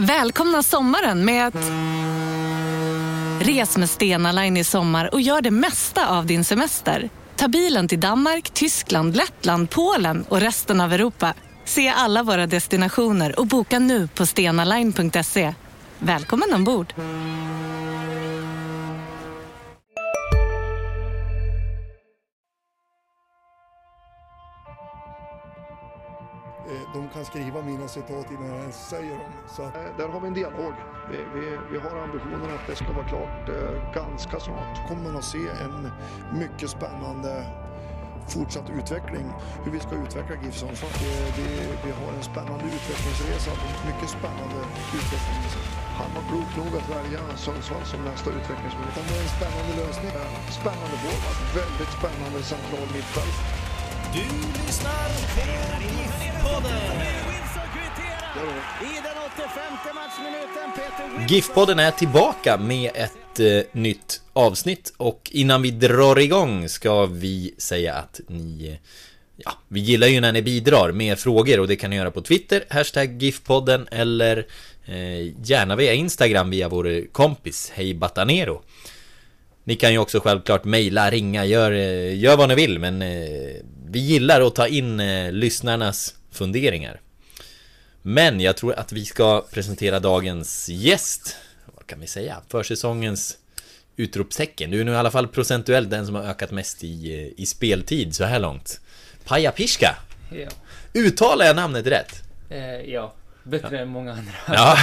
Välkomna sommaren med att... Res med Stena Line i sommar och gör det mesta av din semester. Ta bilen till Danmark, Tyskland, Lettland, Polen och resten av Europa. Se alla våra destinationer och boka nu på stenaline.se. Välkommen ombord! De kan skriva mina citat innan jag ens säger dem. Så där har vi en dialog. Vi har ambitionen att det ska vara klart ganska snart. Kommer man att se en mycket spännande fortsatt utveckling. Hur vi ska utveckla GIF Sundsvall. Vi har en spännande utvecklingsresa. Mycket spännande utveckling. Han var klok nog att välja Sundsvall som nästa utvecklingsmöjlighet. Det är en spännande lösning. Spännande forward. Väldigt spännande central mittfält. Du lyssnar på GIF-podden. I den 85:e matchminuten Peter GIF-podden är tillbaka med ett nytt avsnitt. Och innan vi drar igång ska vi säga att vi gillar ju när ni bidrar med frågor. Och det kan ni göra på Twitter, #GIF-podden. Eller gärna via Instagram via vår kompis Hej Batanero. Ni kan ju också självklart mejla, ringa, gör vad ni vill. Men vi gillar att ta in lyssnarnas funderingar. Men jag tror att vi ska presentera dagens gäst. Vad kan vi säga? Försäsongens utropstecken. Du är nu i alla fall procentuellt den som har ökat mest i speltid så här långt. Paja Piszka. Ja. Uttalar jag namnet rätt? Ja, bättre än många andra. Ja.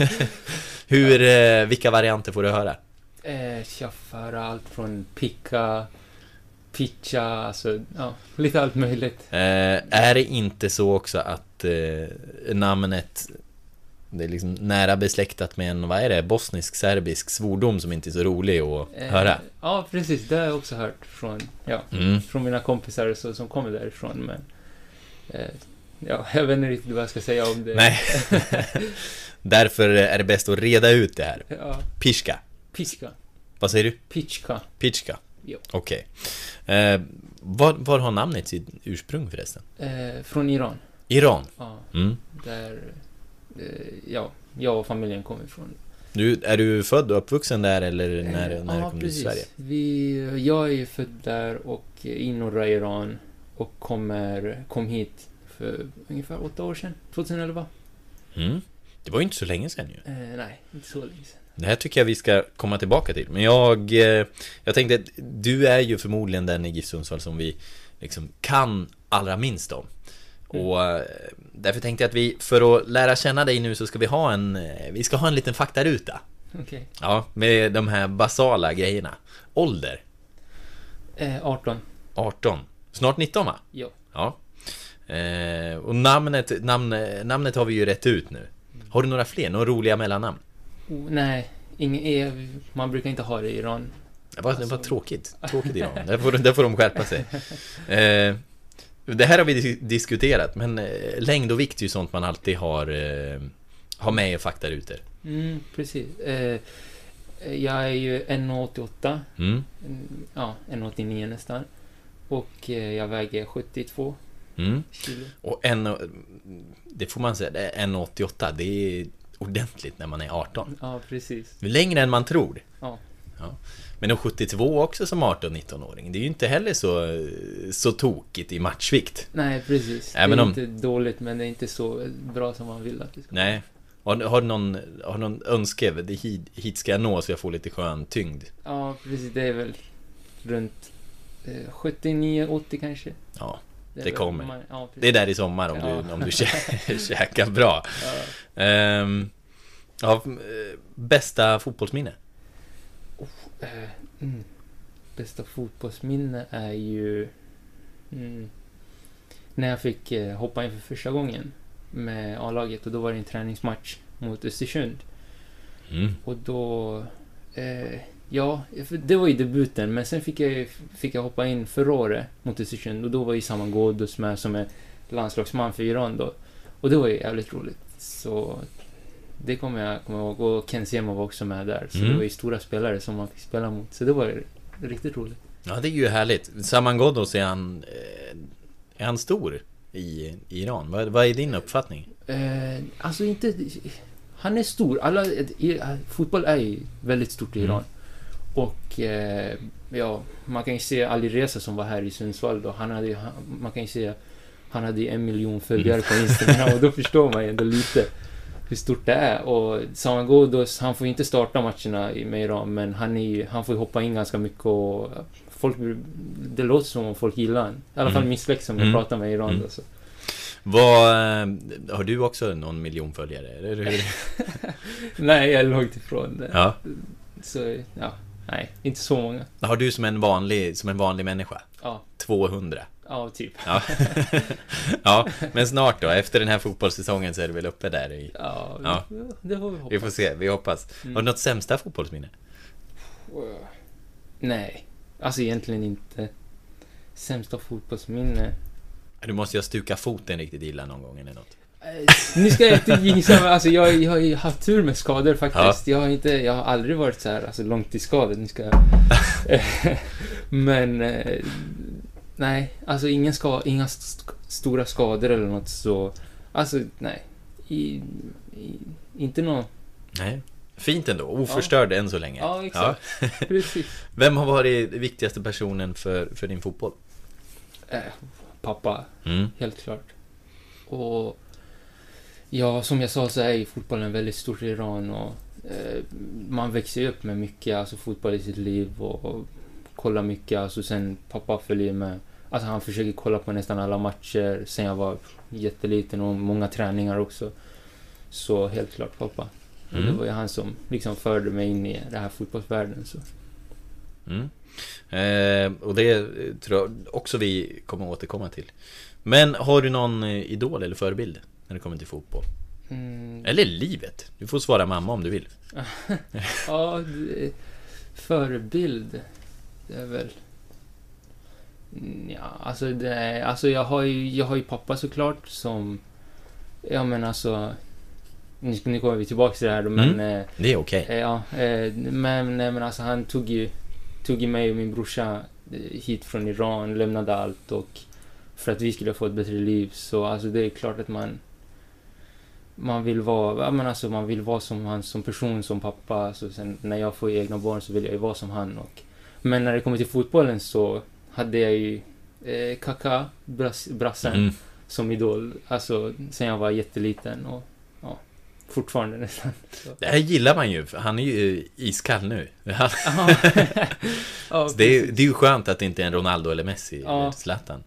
Vilka varianter får du höra? Jag får allt från picka, pitcha, alltså lite allt möjligt. Är det inte så också att namnet, det är liksom nära besläktat med en, bosnisk-serbisk svordom som inte är så rolig att höra? Ja, precis, det har jag också hört från mina kompisar som kommer därifrån, men jag vet inte riktigt vad jag ska säga om det. Nej. Därför är det bäst att reda ut det här. Ja. Piszka. Vad säger du? Piszka. Okej. Var har namnet sitt ursprung förresten? Från Iran. Iran? Ja. Där jag och familjen kommer ifrån. Är du född och uppvuxen där eller när kom du till Sverige? Jag är född där och i norra Iran och kom hit för ungefär 8 år sedan, 2011. Det var ju inte så länge sedan ju. Nej, inte så länge sedan. Det här tycker jag vi ska komma tillbaka till. Men jag tänkte att du är ju förmodligen den i GIF Sundsvall som vi liksom kan allra minst om. Och därför tänkte jag att vi, för att lära känna dig nu, så ska vi ha en liten faktaruta. Okej. Ja, med de här basala grejerna. Ålder? 18. Snart 19, va? Ja. Och namnet har vi ju rätt ut nu. Har du några fler? Några roliga mellannamn? Nej, man brukar inte ha det i Iran. Det var tråkigt Iran. Där får de skärpa sig. Det här har vi diskuterat, men längd och vikt är ju sånt man alltid har med i faktarutor. Precis. Jag är ju 1,88. Ja, 1,89 nästan. Och jag väger 72 kilo. Och det får man säga, 1,88, det är ordentligt när man är 18. Ja, precis. Längre än man tror. Ja. Men 72 också som 18-19-åring, det är ju inte heller så tokigt i matchvikt. Nej, precis. Det är inte dåligt, men det är inte så bra som man vill att det ska. Nej. Har du någon önske? Hit ska jag nå så jag får lite skön tyngd. Ja, precis. Det är väl runt 79-80 kanske. Ja, det kommer. Det är där i sommar om du käkar bra. Bästa fotbollsminne? Bästa fotbollsminne är ju när jag fick hoppa in för första gången med A-laget, och då var det en träningsmatch mot Östersund. Och då det var ju debuten, men sen fick jag hoppa in förra året mot Östersund, och då var ju Saman Ghoddos med som är landslagsman för Iran då, och det var ju jävligt roligt. Så det kommer jag ihåg, och Ken Sema var också med där, så det var ju stora spelare som man fick spela mot, så det var riktigt roligt. Ja, det är ju härligt. Saman Ghoddos, är han stor i Iran? Vad är din uppfattning? Alltså inte han är stor. Fotboll är ju väldigt stort i Iran. Och man kan ju se Ali Reza som var här i Sundsvall då. Man kan ju se han hade 1 miljon följare på Instagram och då förstår man ju ändå lite hur stort det är. Och Saman Ghoddos, han får inte starta matcherna med Iran, men han får ju hoppa in ganska mycket och det låter som om folk gillar han. I alla fall min släkt som jag pratar med i Iran då, så. Har du också någon miljon följare? Eller? Nej, jag är långt ifrån det. Ja. Så, nej, inte så många. Har du som en vanlig människa? Ja. 200? Ja, typ. Ja. Ja, men snart då, efter den här fotbollssäsongen så är det väl uppe där i... Ja, det får vi hoppas. Vi får se, vi hoppas. Har du något sämsta fotbollsminne? Nej, alltså egentligen inte. Sämsta fotbollsminne. Du måste ju ha stukat foten riktigt illa någon gång eller något. Nu ska jag inte gissa, men alltså jag har ju haft tur med skador faktiskt. Ja. Jag har aldrig varit så här alltså långtidsskadad. Men nej, alltså inga stora skador eller något så. Alltså nej. Inte någon. Nej. Fint ändå, oförstörd än så länge. Ja, exakt. Ja. Precis. Vem har varit den viktigaste personen för din fotboll? Pappa, helt klart. Och ja, som jag sa så är ju fotbollen väldigt stort i Iran och man växer upp med mycket alltså fotboll i sitt liv och kollar mycket. Alltså sen pappa följer med. Alltså han försöker kolla på nästan alla matcher sen jag var jätteliten och många träningar också. Så helt klart pappa. Och det var ju han som liksom förde mig in i det här fotbollsvärlden så. Och det tror jag också vi kommer återkomma till. Men har du någon idol eller förebild när det kommer till fotboll? Eller livet? Du får svara mamma om du vill. Ja, förebild det är väl alltså jag har ju pappa såklart som men alltså nu kommer vi tillbaka till det här då, men det är okej. Men alltså han tog ju mig och min brorsa hit från Iran, lämnade allt och för att vi skulle få ett bättre liv så alltså det är klart att man vill vara som han som person, som pappa. Så sen när jag får egna barn så vill jag ju vara som han men när det kommer till fotbollen så hade jag ju Kaká, brassen som idol alltså sen jag var jätteliten och fortfarande nästan. Så. Det här gillar man ju. Han är ju iskall nu. Ja, det är ju skönt att det inte är en Ronaldo eller Messi eller Zlatan.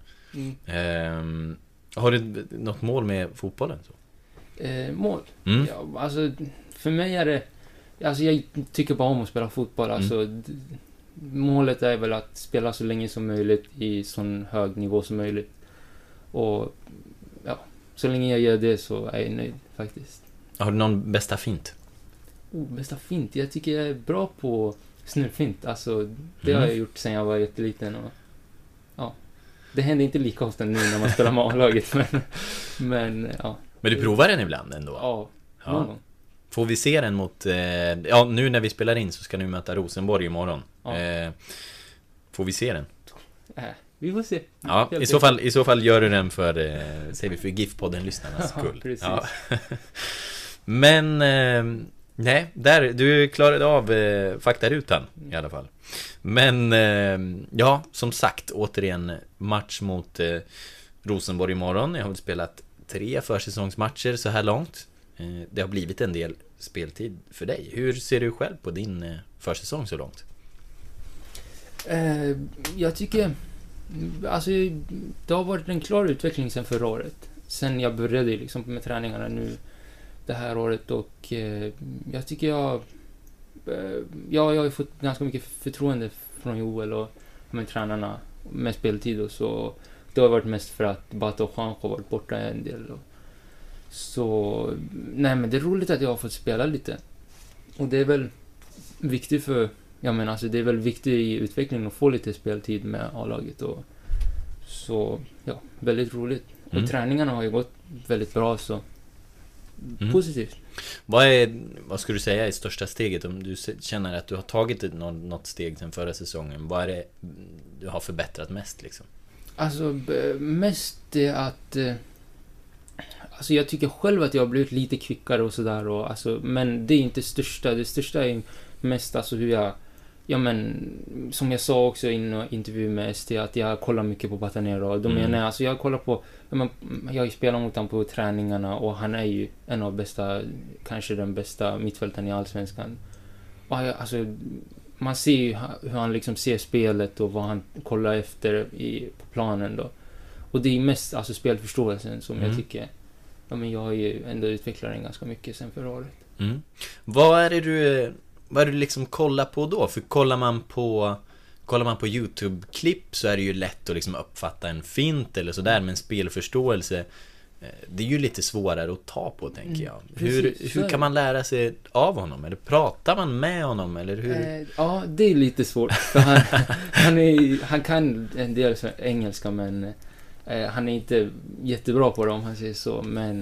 Har du något mål med fotbollen? Så? Mål? Ja, alltså för mig är det alltså jag tycker bara om att spela fotboll. Alltså, målet är väl att spela så länge som möjligt i sån hög nivå som möjligt. Och så länge jag gör det så är jag nöjd faktiskt. Har du någon bästa fint? Bästa fint? Jag tycker jag är bra på snurrfint. Alltså, det har jag gjort sedan jag var jätteliten. Och, det händer inte lika ofta nu när man spelar med A-laget. Men du provar den ibland ändå? Ja. Får vi se den mot... nu när vi spelar in så ska ni möta Rosenborg imorgon. Får vi se den? Vi får se. Ja, i så fall gör du den för säger vi för GIF-podden-lyssnarnas skull. Precis. Ja. Men nej, där du klarade av faktarutan i alla fall. Men som sagt, återigen match mot Rosenborg imorgon. Jag har spelat 3 försäsongsmatcher så här långt. Det har blivit en del speltid för dig. Hur ser du själv på din försäsong så långt? Jag tycker alltså det har varit en klar utveckling sen förra året. Sen jag började liksom med träningarna nu det här året och jag tycker jag har fått ganska mycket förtroende från Joel och med tränarna med speltid och så det har varit mest för att Bata och Juan har varit borta en del och, så nej men det är roligt att jag har fått spela lite och det är väl viktigt för alltså det är väl viktigt i utvecklingen att få lite speltid med A-laget och så väldigt roligt och träningarna har ju gått väldigt bra så positivt. Vad skulle du säga är största steget om du känner att du har tagit något steg sen förra säsongen? Vad är det du har förbättrat mest liksom? Alltså mest det att Alltså jag tycker själv att jag har blivit lite kvickare och sådär. Och, alltså, men det är inte största. Det största är mest alltså hur jag... Ja men, som jag sa också i en intervju med ST, att jag kollar mycket på Batanero. Och då menar jag, alltså jag kollar på... Ja, men, jag har ju spelat mot honom på träningarna och han är ju en av bästa, kanske den bästa mittfältaren i Allsvenskan. Och alltså, man ser ju hur han liksom ser spelet och vad han kollar efter på planen då. Och det är mest alltså spelförståelsen som jag tycker... Ja, men jag har ju ändå utvecklat den ganska mycket sen förra året. Vad är det du liksom kollar på då? För kollar man på YouTube-klipp så är det ju lätt att liksom uppfatta en fint eller sådär, men spelförståelse, det är ju lite svårare att ta på, tänker jag. Hur kan man lära sig av honom? Eller pratar man med honom? Eller hur? Ja, det är lite svårt. För han kan en del engelska, men han är inte jättebra på det, om han säger så. Men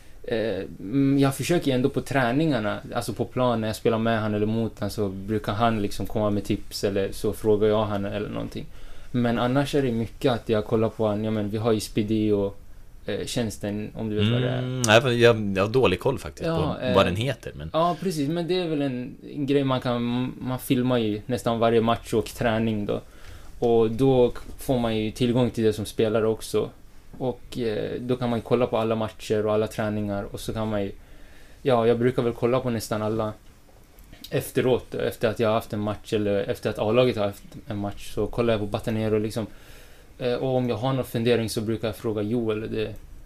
jag försöker ändå på träningarna, alltså på plan, när jag spelar med han eller mot han, så brukar han liksom komma med tips, eller så frågar jag han eller någonting. Men annars är det mycket att jag kollar på han. Ja, men vi har ju Speedy och tjänsten, om du vet vad det är. Jag har dålig koll faktiskt på vad den heter. Men... Ja, precis. Men det är väl en grej man filmar ju nästan varje match och träning då. Och då får man ju tillgång till det som spelare också. Och då kan man ju kolla på alla matcher och alla träningar. Och så kan man ju... Ja, jag brukar väl kolla på nästan alla efteråt. Efter att jag har haft en match, eller efter att A-laget har haft en match, så kollar jag på Batanero liksom. Och om jag har någon fundering så brukar jag fråga Joel.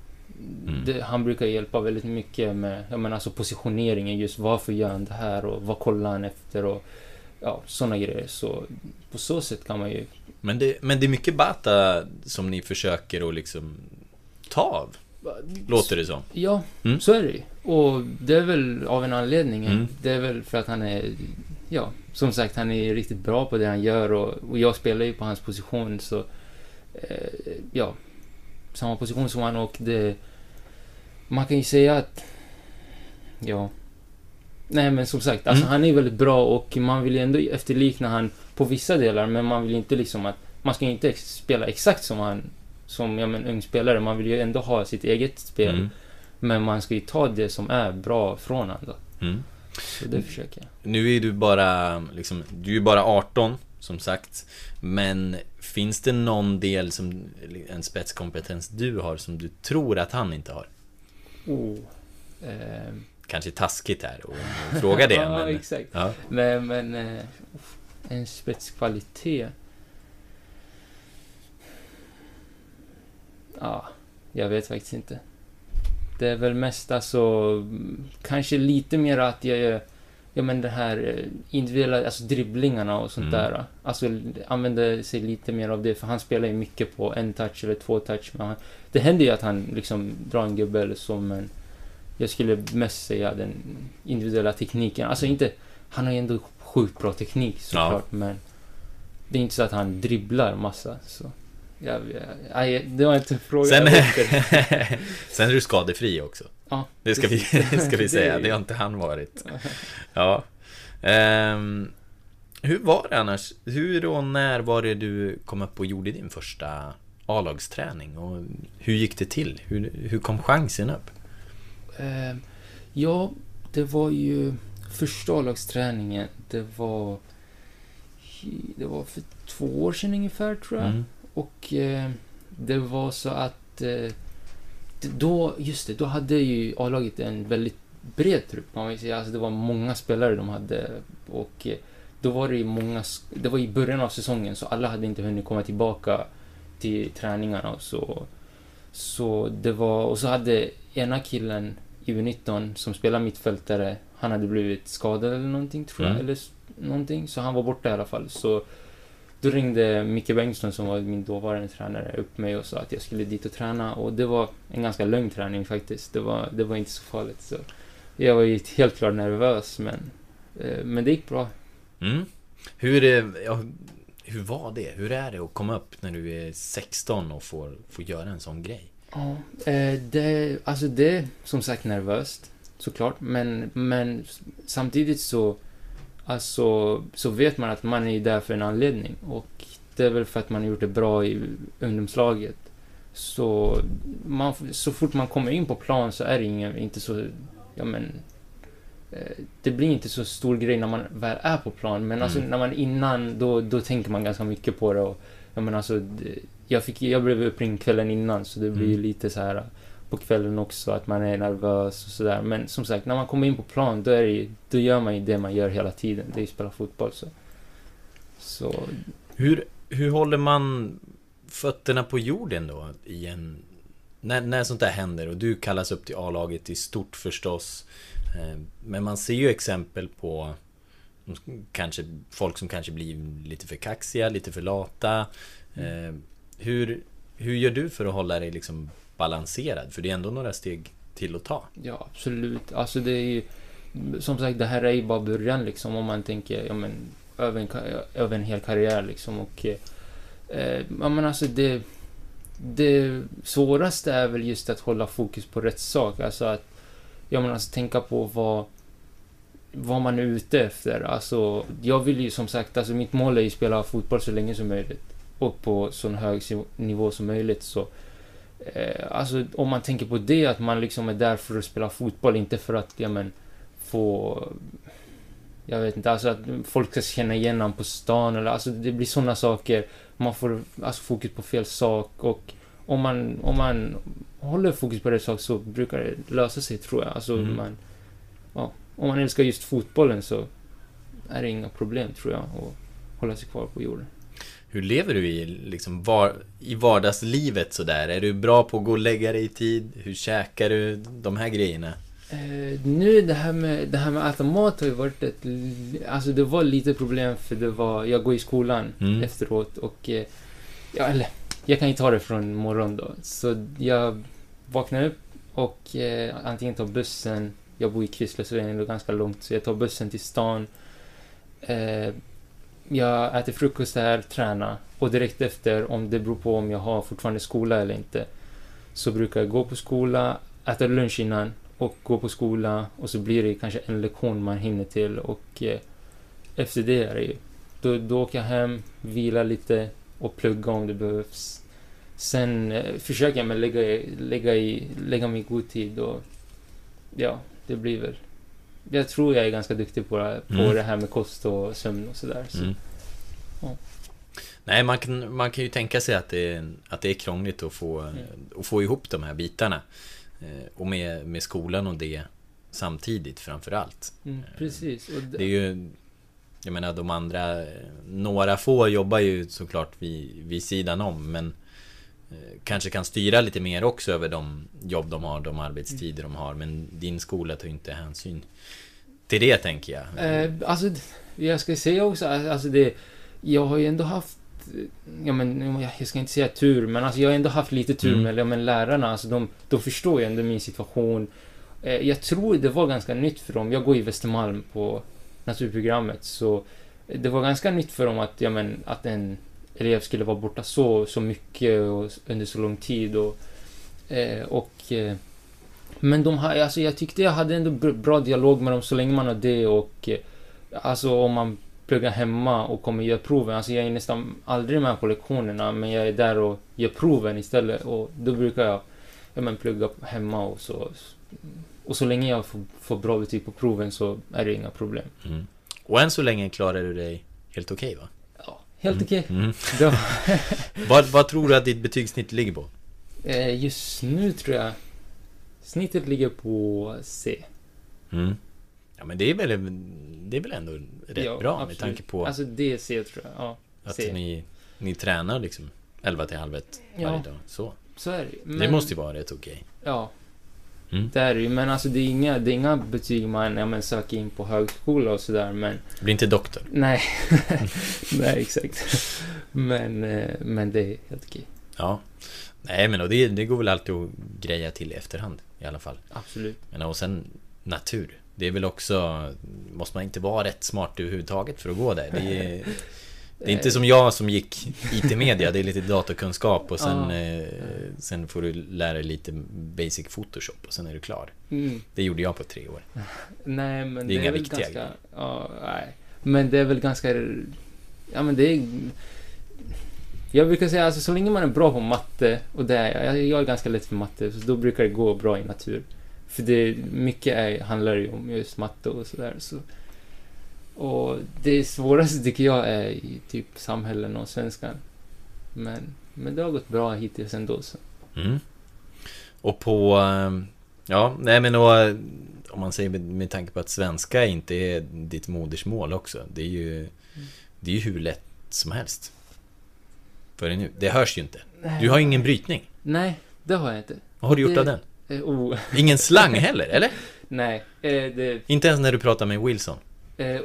Han brukar hjälpa väldigt mycket med, jag menar, alltså positioneringen, just varför gör han det här och vad kollar han efter och ja, sådana grejer. Så på så sätt kan man ju... Men det är mycket Bata som ni försöker att liksom ta av, låter det som. Ja, så är det. Och det är väl av en anledning. Det är väl för att han är, ja, som sagt, han är riktigt bra på det han gör. Och jag spelar ju på hans position, så ja, samma position som han. Och det, man kan ju säga att, ja, nej, men som sagt, alltså han är väldigt bra och man vill ju ändå efterlikna han på vissa delar, men man vill inte liksom att man ska inte spela exakt som han, som ja, men ung spelare. Man vill ju ändå ha sitt eget spel, men man ska ju ta det som är bra från han då. Så det försöker jag. Nu är du bara liksom, du är bara 18 som sagt, men finns det någon del som en spetskompetens du har som du tror att han inte har? Kanske taskigt här och fråga det. Ja, men, exakt. Ja. Men en spetskvalitet. Ja, jag vet faktiskt inte. Det är väl mest alltså kanske lite mer att jag men det här individuella, alltså dribblingarna och sånt där. Alltså använder sig lite mer av det, för han spelar ju mycket på en touch eller två touch, men det händer ju att han liksom drar en gubbe eller så, men jag skulle mest säga den individuella tekniken. Alltså inte, han har ju ändå sjukt bra teknik såklart, men det är inte så att han dribblar massa, så det var inte en fråga. Sen är du skadefri också. Ja, det ska vi säga. Det har inte han varit. Ja. Hur var det annars? Hur och när var det du kom upp och gjorde din första A-lagsträning? Och hur gick det till? Hur kom chansen upp? Ja, det var ju första A-lagsträningen. Det var för 2 år sedan ungefär, tror jag. Och det var så att då hade ju A-laget en väldigt bred trupp, man vill säga. Alltså det var många spelare de hade, och då var det ju det var i början av säsongen, så alla hade inte hunnit komma tillbaka till träningarna och så det var, och så hade ena killen i U19 som spelar mittfältare, han hade blivit skadad eller någonting, tror jag, eller någonting, så han var borta i alla fall. Så då ringde Micke Bengtsson, som var min dåvarande tränare, upp mig och sa att jag skulle dit och träna. Och det var en ganska lång träning faktiskt. Det var inte så farligt. Så jag var ju helt klart nervös, men det gick bra. Hur var det? Hur är det att komma upp när du är 16 och får göra en sån grej? Ja, det är som sagt nervöst, såklart. Men samtidigt så vet man att man är där för en anledning, och det är väl för att man har gjort det bra i ungdomslaget. Så så fort man kommer in på plan så är det inte så, det blir inte så stor grej när man väl är på plan, men alltså när man innan, då tänker man ganska mycket på det, och jag blev uppringd kvällen innan, så det blir ju lite så här på kvällen också, att man är nervös och sådär. Men som sagt, när man kommer in på plan, då gör man ju det man gör hela tiden, det är att spela fotboll. Så. Hur håller man fötterna på jorden då när sånt där händer, och du kallas upp till A-laget i stort förstås, men man ser ju exempel på folk som kanske blir lite för kaxiga, lite för lata. Hur gör du för att hålla dig liksom balanserad? För det är ändå några steg till att ta. Ja, absolut. Alltså det är ju, som sagt, det här är ju bara början liksom, om man tänker över en hel karriär liksom, och alltså det svåraste är väl just att hålla fokus på rätt sak, alltså att tänka på vad man är ute efter. Alltså jag vill ju, som sagt, alltså mitt mål är ju att spela fotboll så länge som möjligt och på sån hög nivå som möjligt, så alltså om man tänker på det, att man liksom är där för att spela fotboll, inte för att jag vet inte, alltså att folk ska känna igen en på stan, eller alltså det blir såna saker, man får alltså fokus på fel sak, och om man håller fokus på rätt sak så brukar det lösa sig, tror jag. Alltså om man älskar just fotbollen så är det inga problem, tror jag, att hålla sig kvar på jorden. Hur lever du i vardagslivet så där? Är du bra på att gå och lägga dig i tid? Hur käkar du de här grejerna? Nu det här med att äta mat har ju varit alltså det var lite problem, för jag går i skolan efteråt, och jag kan ju ta det från morgon då. Så jag vaknar upp och antingen tar bussen. Jag bor i Kvissle, så det är ändå ganska långt, så jag tar bussen till stan. Jag äter frukost här, tränar, och direkt efter, om det beror på om jag har fortfarande skola eller inte, så brukar jag gå på skola, äta lunch innan och gå på skola, och så blir det kanske en lektion man hinner till, och efter det är det ju då åker jag hem, vilar lite och plugga om det behövs. Sen försöker jag lägga mig i god tid, och det blir väl, jag tror jag är ganska duktig på det här med kost och sömn och sådär. Ja. Nej, man kan ju tänka sig att det är krångligt att få ihop de här bitarna, och med skolan och det samtidigt framförallt. Precis. Och det är ju, jag menar, de andra, några få jobbar ju såklart vid sidan om, men kanske kan styra lite mer också över de jobb de har, de arbetstider de har, men din skola tar ju inte hänsyn till det, tänker jag. Alltså, jag ska säga också, alltså jag har ju ändå haft, jag ska inte säga tur, men alltså jag har ändå haft lite tur med lärarna, alltså de förstår ju ändå min situation. Jag tror det var ganska nytt för dem. Jag går i Västermalm på naturprogrammet, så det var ganska nytt för dem att en elev skulle vara borta så mycket och under så lång tid, men alltså jag tyckte jag hade ändå bra dialog med dem så länge man har det, och alltså om man pluggar hemma och kommer göra proven, alltså jag är nästan aldrig med på lektionerna, men jag är där och gör proven istället, och då brukar jag plugga hemma, och så länge jag får bra betyg på proven så är det inga problem. Och än så länge klarar du dig helt okej, va? Ja, helt okej. Vad tror du att ditt betygssnitt ligger på? Just nu tror jag snittet ligger på C. Ja, men det är väl ändå rätt bra, absolut. Med tanke på alltså det är C, tror jag. Ja, att ni tränar liksom 11 till halv 1 varje dag. Så är det. Men det måste ju vara rätt okej. Ja. Det är ju, men alltså det är inga betyg man söker in på högskola och sådär, men blir inte doktor. Nej. Nej, exakt. Men det är helt okej. Ja. Nej, men det går väl alltid att greja till i efterhand i alla fall. Absolut. Men och sen natur. Det är väl också, måste man inte vara rätt smart överhuvudtaget för att gå där. Det är inte som jag som gick IT-media, det är lite datorkunskap och sen får du lära dig lite basic Photoshop och sen är du klar. Det gjorde jag på 3 år. Nej, men det är inga viktiga ganska, nej. Men det är väl ganska, men det är, Jag brukar säga, alltså så länge man är bra på matte, och det är jag är ganska lätt för matte, så då brukar det gå bra i natur. För det handlar ju om just matte och sådär. Så. Och det svåraste tycker jag är i typ samhällen och svenskan. Men det har gått bra hittills ändå. Så. Mm. Och på... Ja, nej men då, om man säger med tanke på att svenska inte är ditt modersmål också. Det är ju hur lätt som helst. För det nu. Det hörs ju inte. Du har ingen brytning. Nej, det har jag inte. Vad har du gjort av den? Ingen slang heller, eller? Nej. Inte ens när du pratar med Wilson? Det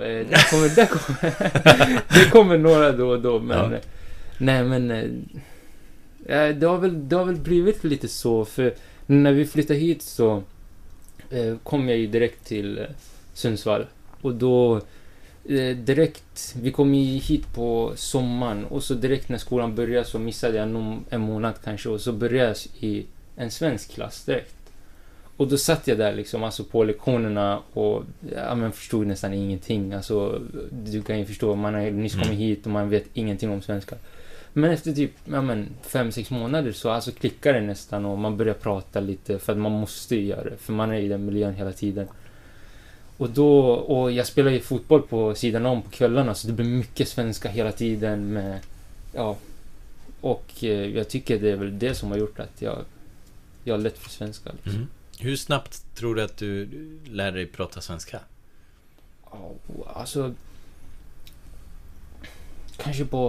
kommer några då och då, men... Ja. Nej, men... det har väl blivit lite så, för när vi flyttade hit så kom jag ju direkt till Sundsvall. Och då direkt, vi kom ju hit på sommaren, och så direkt när skolan började så missade jag nog en månad kanske, och så började jag i en svensk klass direkt. Och då satt jag där liksom, alltså på lektionerna, och förstod nästan ingenting. Alltså, du kan ju förstå, man har nyss kommit hit och man vet ingenting om svenska. Men efter typ 5-6 månader så alltså klickar det nästan, och man börjar prata lite, för att man måste göra det, för man är i den miljön hela tiden. Och jag spelar ju fotboll på sidan om på kvällarna, så det blir mycket svenska hela tiden med, ja. Och jag tycker det är väl det som har gjort att jag har lätt för svenska liksom. Mm. Hur snabbt tror du att du lär dig prata svenska? Alltså kanske på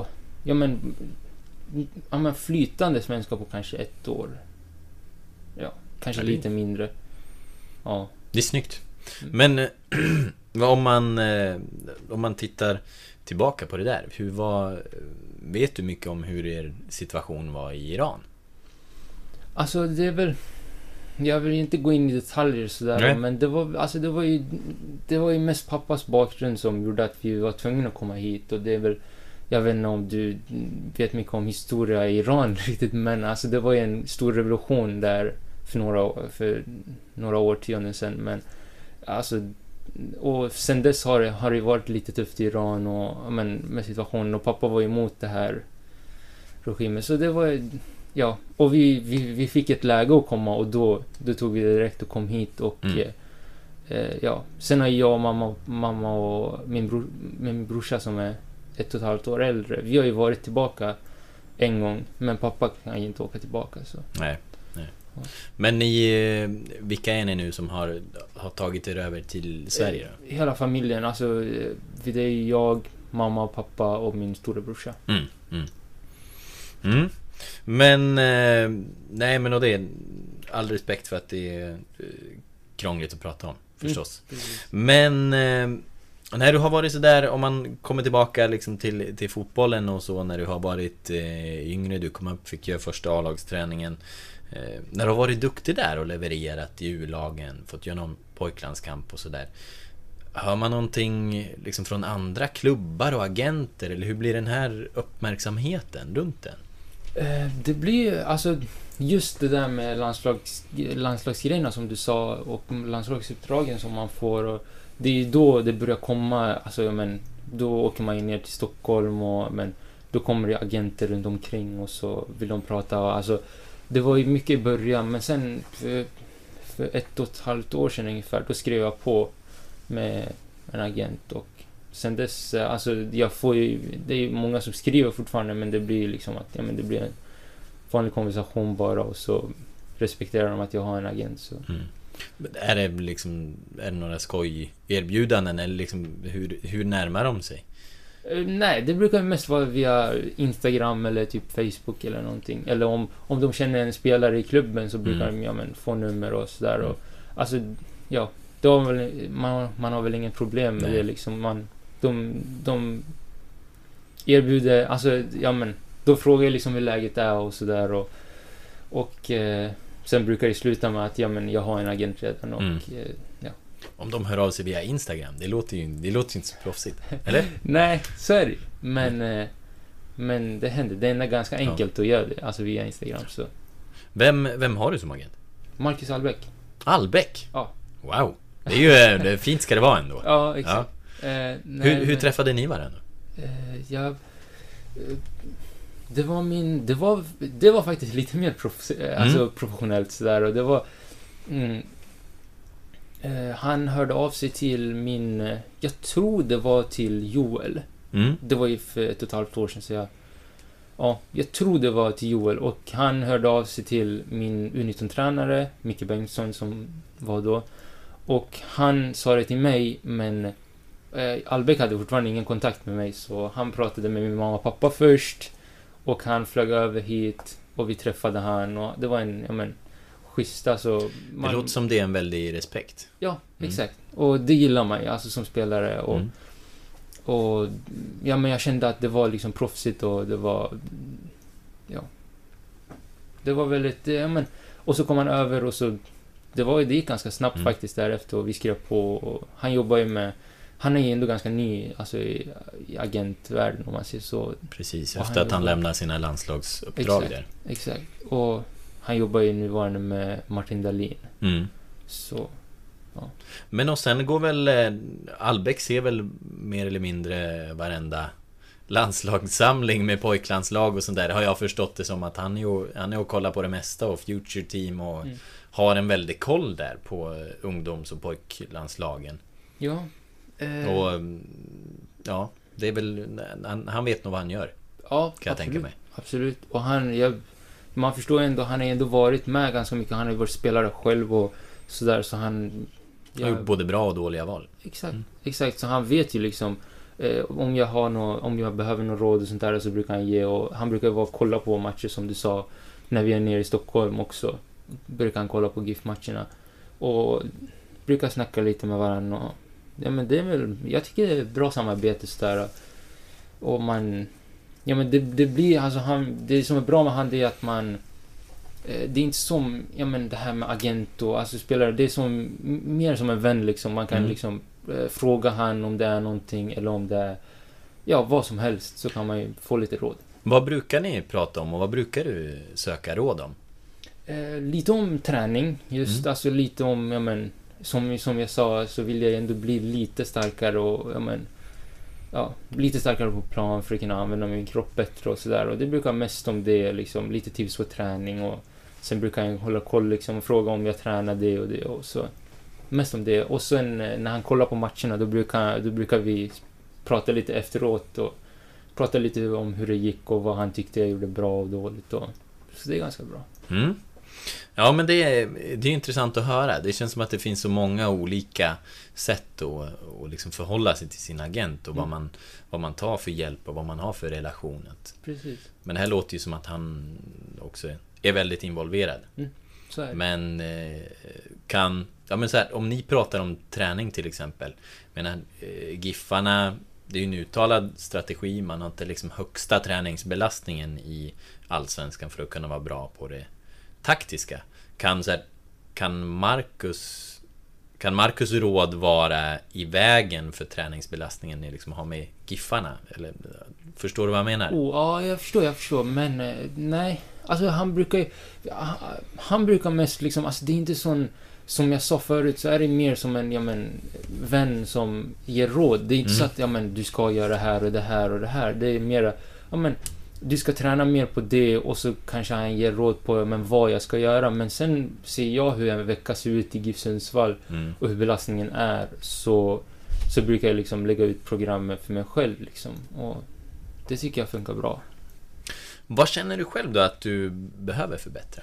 flytande svenska på kanske 1 år. Ja, kanske lite mindre. Ja. Det är snyggt. Men om man tittar tillbaka på det där, vet du mycket om hur er situation var i Iran? Alltså det är väl, jag vill inte gå in i detaljer sådär. Nej. Men det var ju mest pappas bakgrund som gjorde att vi var tvungna att komma hit. Och det är väl, jag vet inte om du vet mycket om historia i Iran riktigt, men alltså det var ju en stor revolution där för några årtionden sedan. Men alltså, och sen dess har det varit lite tufft i Iran och med situationen, och pappa var emot det här regimen. Så det var, ja, och vi fick ett läge att komma, och då tog vi det direkt och kom hit. Och ja, sen har jag och mamma och min brorsa som är 1,5 år äldre, vi har ju varit tillbaka en gång, men pappa kan ju inte åka tillbaka så. Nej. Ja. Men vilka är ni nu som har tagit er över till Sverige då? Hela familjen, alltså det är jag, mamma och pappa och min stora brorsa. Men nej, men och det är all respekt för att det är krångligt att prata om, förstås. Men när du har varit så där, om man kommer tillbaka liksom till fotbollen och så, när du har varit yngre, du kom upp, fick göra första A-lagsträningen, när du har varit duktig där och levererat i U-lagen, fått göra någon pojklandskamp och så där, hör man någonting liksom från andra klubbar och agenter, eller hur blir den här uppmärksamheten runt den? Det blir alltså just det där med landslagsgrejerna som du sa, och landslagsuppdragen som man får, och det är då det börjar komma, alltså då åker man ju ner till Stockholm, men då kommer det agenter runt omkring och så vill de prata, alltså det var ju mycket i början, men sen för 1,5 år sedan ungefär, då skrev jag på med en agent, och sen dess, alltså jag får ju, det är ju många som skriver fortfarande, men det blir liksom att det blir en vanlig konversation bara, och så respekterar de att jag har en agent så. Är det några skoj erbjudanden, eller liksom hur närmar de sig? Nej, det brukar mest vara via Instagram eller typ Facebook eller någonting, eller om de känner en spelare i klubben så brukar de få nummer och sådär, och alltså ja, då har väl, man har väl ingen problem med det liksom, de erbjuder, alltså då frågar jag liksom hur läget är och sådär, och sen brukar det sluta med att jag har en agent redan, och ja. Om de hör av sig via Instagram, det låter ju inte så proffsigt, eller? Nej, så är det. Men det händer. Det är ganska enkelt att göra det, alltså via Instagram så. Vem har du som agent? Marcus Albeck. Albeck? Ja. Wow. Det är ju det fint ska det vara ändå. Ja, exakt. Hur träffade ni varandra? Det var faktiskt lite mer professionellt sådär, och det var han hörde av sig till jag tror det var till Joel. Det var ju för 1,5 år sedan, så jag tror det var till Joel, och han hörde av sig till min U19-tränare Micke Bengtsson som var då, och han sa det till mig, men Albeck hade fortfarande ingen kontakt med mig, så han pratade med min mamma och pappa först, och han flög över hit och vi träffade han, och det var en schysst, alltså det låter som det är en väldig respekt. Ja, exakt. Och det gillar man ju, alltså som spelare, och ja, men jag kände att det var liksom proffsigt, och det var väldigt, och så kom han över, och så det gick ganska snabbt faktiskt därefter, och vi skrev på, och han jobbar ju han är ju ändå ganska ny, alltså i agentvärlden, om man säger så. Precis, efter att han lämnar sina landslagsuppdrag där. Exakt, och han jobbar ju nuvarande med Martin Dahlin. Så, ja. Men och sen går väl Albeck ser väl mer eller mindre varenda landslagssamling med pojklandslag och sånt där. Har jag förstått det som att han är och kollar på det mesta, och Future Team, och har en väldig koll där på ungdoms- och pojklandslagen. Ja. Och ja, det är väl han vet nog vad han gör. Ja, kan jag tänka mig. Absolut. Och man förstår ändå, han har ändå varit med ganska mycket. Han har ju varit spelare själv och sådär, så han har gjort både bra och dåliga val. Exakt, så han vet ju liksom om jag behöver något råd och sånt där, så brukar han ge, och han brukar vara och kolla på matcher, som du sa, när vi är nere i Stockholm också. Brukar han kolla på GIF-matcherna och brukar snacka lite med varandra, och ja, men det är väl, jag tycker det är bra samarbete så där, och det blir, alltså det som är bra med han, det är att det är inte som det här med agent och alltså spelare, det är som mer som en vän liksom, man kan liksom fråga han om det är någonting, eller om det är vad som helst, så kan man ju få lite råd. Vad brukar ni prata om, och vad brukar du söka råd om? Lite om träning just, alltså lite om som jag sa, så vill jag ändå bli lite starkare, och lite starkare på plan för att kunna använda min kropp bättre och sådär, och det brukar mest om det liksom, lite tips på träning, och sen brukar jag hålla koll liksom, och fråga om jag tränar det och det, och så mest om det, och sen när han kollar på matcherna, då brukar vi prata lite efteråt och prata lite om hur det gick och vad han tyckte jag gjorde bra och dåligt, och så det är ganska bra. Ja, men det är intressant att höra. Det känns som att det finns så många olika sätt att liksom förhålla sig till sin agent, och vad man tar för hjälp och vad man har för relationet. Precis. Men det här låter ju som att han också är väldigt involverad. Så är det. Men så här, om ni pratar om träning till exempel, Giffarna, det är ju en uttalad strategi, man har inte liksom högsta träningsbelastningen i allsvenskan för att kunna vara bra på det taktiska. Kan Marcus råd vara i vägen för träningsbelastningen ni liksom har med Giffarna? Eller förstår du vad jag menar? Ja, jag förstår, men nej, alltså han brukar mest liksom, alltså det är inte sån, som jag sa förut, så är det mer som en vän som ger råd. Det är inte så att du ska göra det här och det här och det här. Det är mer du ska träna mer på det, och så kanske han ger råd på vad jag ska göra, men sen ser jag hur en vecka ser ut i GIF Sundsvall och hur belastningen är, så brukar jag liksom lägga ut programmet för mig själv liksom, och det tycker jag funkar bra. Vad känner du själv då att du behöver förbättra?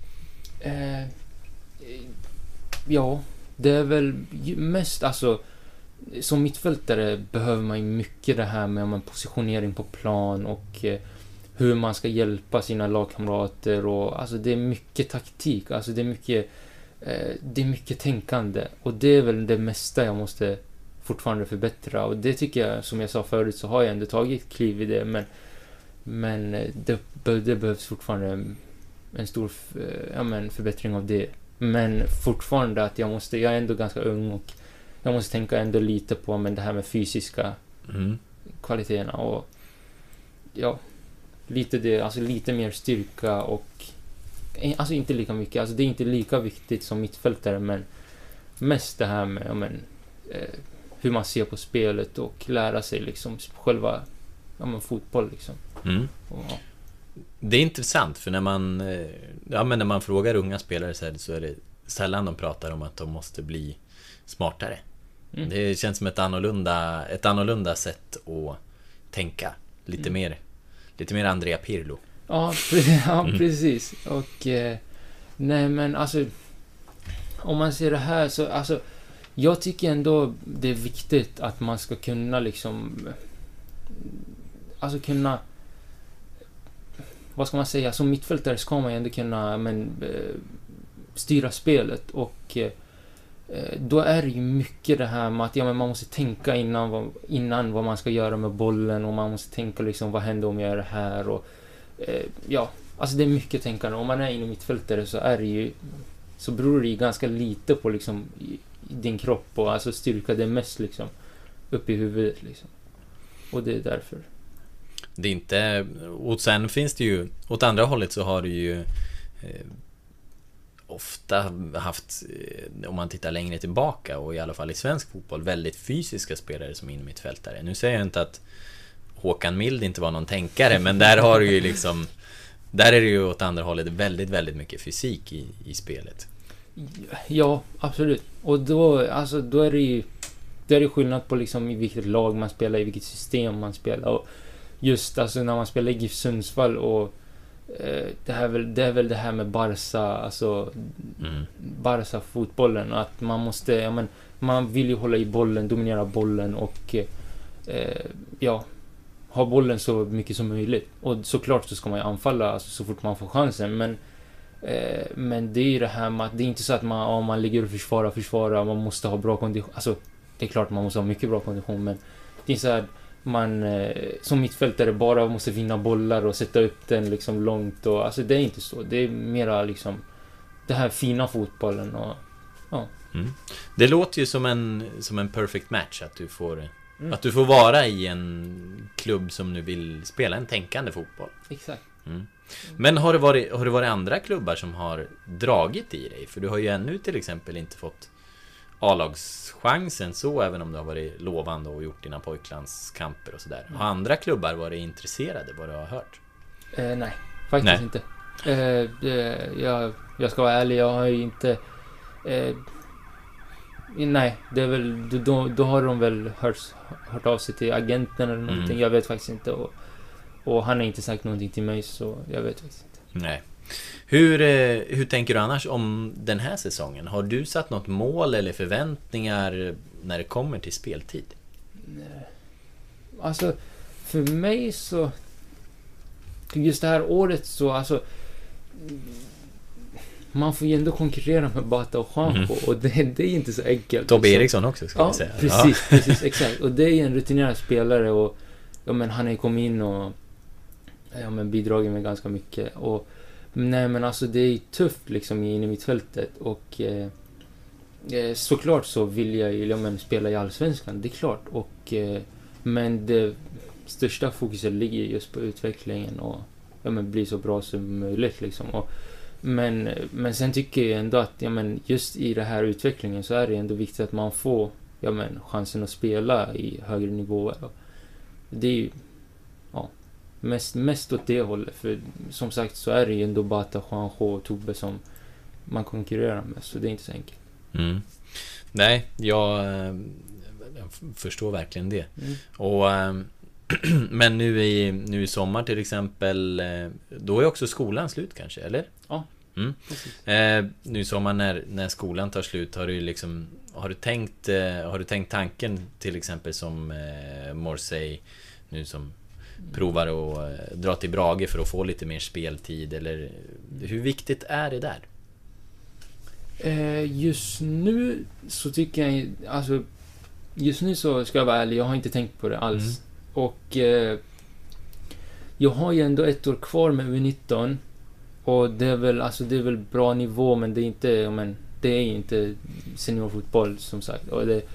Ja, det är väl mest, alltså som mittfältare behöver man ju mycket det här med positionering på plan, och hur man ska hjälpa sina lagkamrater, och alltså det är mycket taktik, alltså det är mycket tänkande, och det är väl det mesta jag måste fortfarande förbättra, och det tycker jag, som jag sa förut, så har jag ändå tagit ett kliv i det, men det behövs fortfarande en stor förbättring av det, men fortfarande att jag är ändå ganska ung, och jag måste tänka ändå lite på det här med fysiska kvaliteterna, och lite det, alltså lite mer styrka, och alltså inte lika mycket, alltså det är inte lika viktigt som mittfältare, men mest det här med hur man ser på spelet, och lära sig liksom själva fotboll liksom. det är intressant, för när man frågar unga spelare så är det sällan de pratar om att de måste bli smartare. Det känns som ett annorlunda sätt att tänka. Lite mer Andrea Pirlo. Ja, precis. Och nej, men alltså, om man ser det här så, alltså, jag tycker ändå det är viktigt att man ska kunna liksom, alltså kunna, vad ska man säga, som mittfältare ska man ju ändå kunna styra spelet, och då är det ju mycket det här med att man måste tänka innan vad man ska göra med bollen, och man måste tänka liksom, vad händer om jag gör det här, och alltså det är mycket tänkande. Om man är inne i mittfältare så är det ju, så beror det ju ganska lite på liksom i din kropp, och alltså styrka det mest liksom upp i huvudet liksom. Och det är därför. Det är inte, och sen finns det ju åt andra hållet, så har du ju ofta haft, om man tittar längre tillbaka, och i alla fall i svensk fotboll, väldigt fysiska spelare som in i mittfältare. Nu säger jag inte att Håkan Mild inte var någon tänkare, men där har du ju liksom, där är det ju åt andra hållet väldigt, väldigt mycket fysik i spelet. Ja, absolut. Och då är det ju, det är skillnad på liksom i vilket lag man spelar, i vilket system man spelar. Och just alltså när man spelar i GIF Sundsvall, och det är väl det här med Barca, alltså Barca fotbollen, att man måste, man vill ju hålla i bollen, dominera bollen, och ha bollen så mycket som möjligt. Och såklart så ska man ju anfalla alltså, så fort man får chansen, men det är ju det här med att det är inte så att man ligger och försvarar, man måste ha bra kondition. Alltså det är klart man måste ha mycket bra kondition, men det är så här, man som mittfältare bara måste vinna bollar och sätta upp den liksom långt, och alltså det är inte så. Det är mera liksom det här fina fotbollen, och ja. Det låter ju som en perfect match, att du får vara i en klubb som nu vill spela en tänkande fotboll. Exakt. Men har det varit andra klubbar som har dragit i dig? För du har ju ännu till exempel inte fått A-lagschansen så, även om du har varit lovande och gjort dina pojklandskamper och sådär. Har andra klubbar varit intresserade, vad du har hört? Nej, faktiskt inte. Jag ska vara ärlig, jag har ju inte... nej, det är väl... Då har de väl hört av sig till agenten eller någonting. Jag vet faktiskt inte. Och han har inte sagt någonting till mig, så jag vet faktiskt inte. Nej. Hur tänker du annars om den här säsongen? Har du satt något mål eller förväntningar när det kommer till speltid? Alltså, för mig så... Just det här året så, alltså... Man får ju ändå konkurrera med Bata och Juanjo, och det är inte så enkelt. Tobbe Eriksson också, ska vi säga. Precis, exakt. Och det är en rutinerad spelare, och han har ju kommit in och bidragit med ganska mycket. Och nej, men alltså det är tufft liksom in i mittfältet, och såklart så vill jag ju spela i Allsvenskan, det är klart, och men det största fokuset ligger just på utvecklingen och bli så bra som möjligt liksom. Och men sen tycker jag ändå att just i det här utvecklingen så är det ändå viktigt att man får chansen att spela i högre nivåer. Och det är ju mest åt det hållet, för som sagt så är det ju ändå Bata, Juanjo och Tobbe som man konkurrerar med, så det är inte så enkelt. Nej, jag förstår verkligen det. Och men nu i sommar till exempel, då är också skolan slut kanske, eller? Ja. Nu i sommar när skolan tar slut, har du tänkt tanken till exempel som Morsey nu som provar att dra till Brage för att få lite mer speltid, eller hur viktigt är det där? Just nu så tycker jag, alltså just nu så ska jag vara ärlig, jag har inte tänkt på det alls. Och jag har ju ändå 1 år kvar med U19, och det är väl bra nivå, men det är inte seniorfotboll som sagt. Och det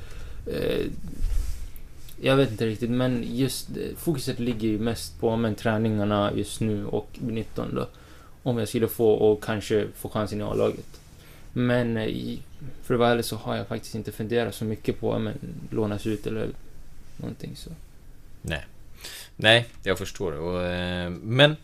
jag vet inte riktigt, men just fokuset ligger ju mest på träningarna just nu och U19 då, om jag skulle kanske få chansen i A-laget. Men för att vara ärlig så har jag faktiskt inte funderat så mycket på lånas ut eller någonting så. Nej, jag förstår. Men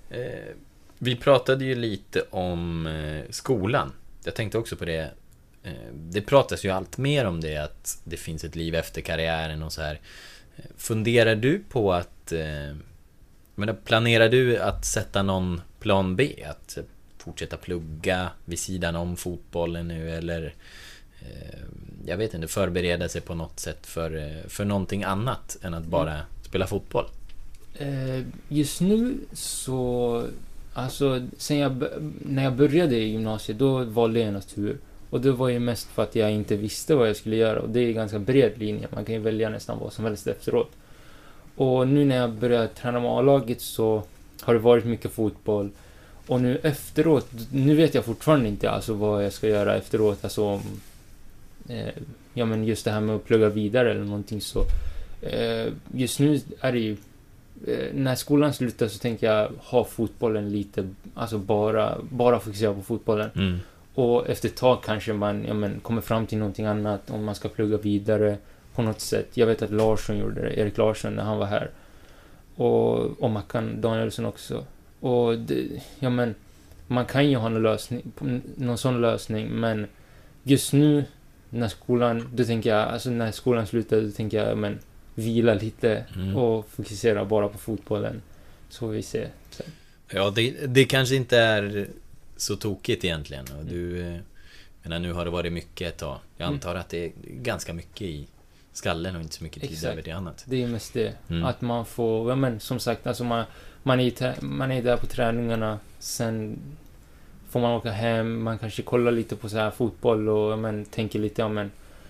Vi pratade ju lite om skolan. Jag tänkte också på det. Det pratas ju allt mer om det, att det finns ett liv efter karriären och så här. Funderar du på att planerar du att sätta någon plan B, att fortsätta plugga vid sidan om fotbollen nu, eller jag vet inte, förbereda sig på något sätt för någonting annat än att bara spela fotboll? Just nu så, alltså när jag började i gymnasiet, då valde jag natur. Och det var ju mest för att jag inte visste vad jag skulle göra. Och det är en ganska bred linje. Man kan ju välja nästan vad som helst efteråt. Och nu när jag började träna med A-laget så har det varit mycket fotboll. Och nu efteråt, nu vet jag fortfarande inte alltså vad jag ska göra efteråt. Alltså men just det här med att plugga vidare eller någonting så. Just nu är det ju, när skolan slutar så tänker jag ha fotbollen lite, alltså bara fokusera på fotbollen. Mm. Och efter ett tag kanske man kommer fram till någonting annat om man ska plugga vidare på något sätt. Jag vet att Larsson gjorde det, Erik Larsson, när han var här. Och Mackan Danielsson också. Och man kan ju ha någon sån lösning, men just nu när skolan slutar, då tänker jag vila lite och fokusera bara på fotbollen. Så vi ser sen. Ja, det kanske inte är så tokigt egentligen. Och nu har det varit mycket ett tag. Jag antar att det är ganska mycket i skallen och inte så mycket tid över det annat. Det är mest det. Att man får, som sagt, alltså man är där på träningarna, sen får man åka hem, man kanske kollar lite på så här fotboll och tänker lite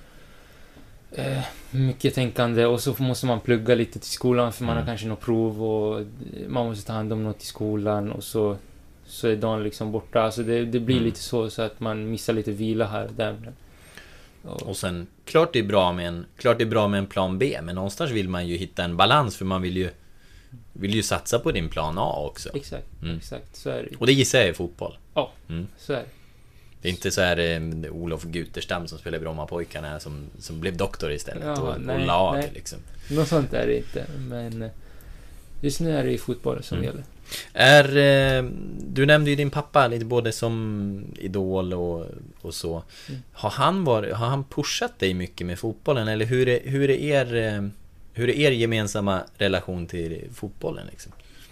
mycket tänkande, och så måste man plugga lite till skolan för man har kanske något prov och man måste ta hand om något i skolan, och så är dagen liksom borta. Alltså det blir lite så att man missar lite vila här och där. Och sen, klart det är bra med en plan B, men någonstans vill man ju hitta en balans, för man vill ju satsa på din plan A också. Exakt, så är det. Och det gissar jag är fotboll. Ja, så är det. Det är inte så här Olof Guterstam som spelar Brommapojkarna som blev doktor istället och la av liksom. Något sånt är det inte, men just nu är det i fotboll som gäller. Du nämnde ju din pappa lite både som idol och så. Har han pushat dig mycket med fotbollen, eller hur är er gemensamma relation till fotbollen liksom?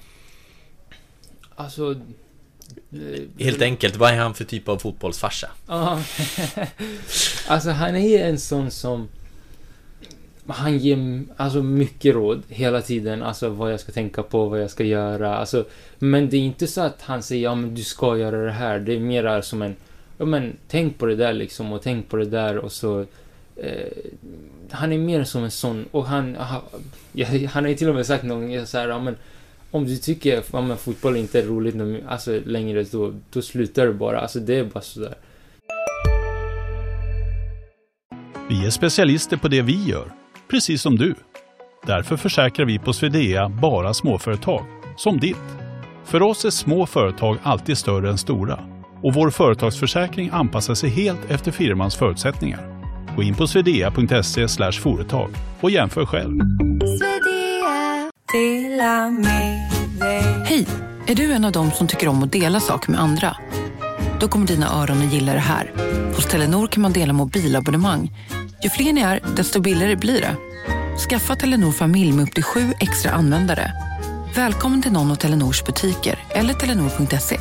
Alltså helt enkelt, vad är han för typ av fotbollsfarsa? Alltså han är en sån som han ger alltså mycket råd hela tiden, alltså vad jag ska tänka på, vad jag ska göra, alltså, men det är inte så att han säger men du ska göra det här. Det är mer som tänk på det där liksom, och tänk på det där, och så han är mer som en sån, och han har ju till och med sagt någon gång så här, om du tycker fotboll inte är roligt alltså längre, då slutar du bara, alltså det är bara så där. Vi är specialister på det vi gör, precis som du. Därför försäkrar vi på Swedea bara småföretag, som ditt. För oss är små företag alltid större än stora. Och vår företagsförsäkring anpassar sig helt efter firmans förutsättningar. Gå in på swedea.se/företag och jämför själv. Hej, är du en av dem som tycker om att dela saker med andra? Då kommer dina öron att gilla det här. Hos Telenor kan man dela mobilabonnemang. Ju fler ni är, desto billigare blir det. Skaffa Telenor familj med upp till 7 extra användare. Välkommen till någon av Telenors butiker eller telenor.se.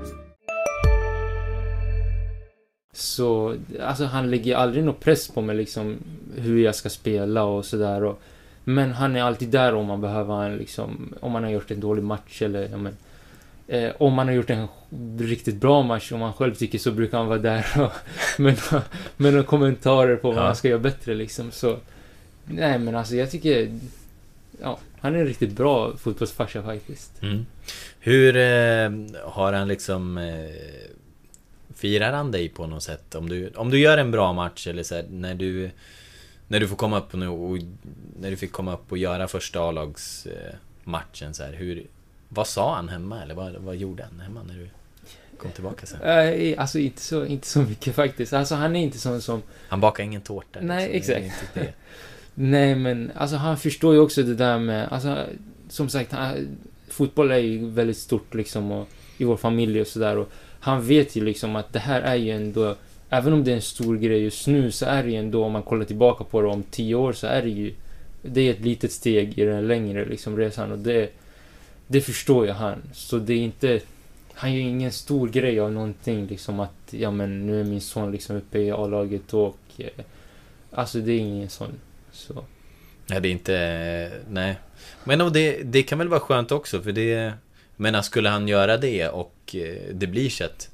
Så alltså han lägger aldrig någon press på mig liksom, hur jag ska spela och sådär. Men han är alltid där om man behöver en, liksom, om man har gjort en dålig match eller om man har gjort en riktigt bra match, om man själv tycker, så brukar han vara där och med några kommentarer på vad man ska göra bättre liksom. Så nej, men alltså jag tycker han är en riktigt bra fotbollsfarsa faktiskt. Hur har han liksom firar han dig på något sätt om du gör en bra match, eller så här, när du får komma upp när du fick komma upp och göra första A-lagsmatchen så här, vad sa han hemma, eller vad gjorde han hemma när du kom tillbaka sen? Alltså inte så mycket faktiskt. Alltså han är inte sån som... Han bakar ingen tårta. Nej, liksom. exakt. Det. Nej, men alltså han förstår ju också det där med, alltså som sagt, fotboll är ju väldigt stort liksom, och i vår familj och sådär, och han vet ju liksom att det här är ju ändå, även om det är en stor grej just nu, så är det ju ändå, om man kollar tillbaka på det om 10 år, så är det är ett litet steg i den längre liksom resan, och det förstår ju han. Så det är inte, han gör ingen stor grej av någonting liksom, att ja men nu är min son liksom uppe i A-laget, och alltså det är ingen sån, så. Nej, det är inte, nej. Men det kan väl vara skönt också, för det, men skulle han göra det och det blir så att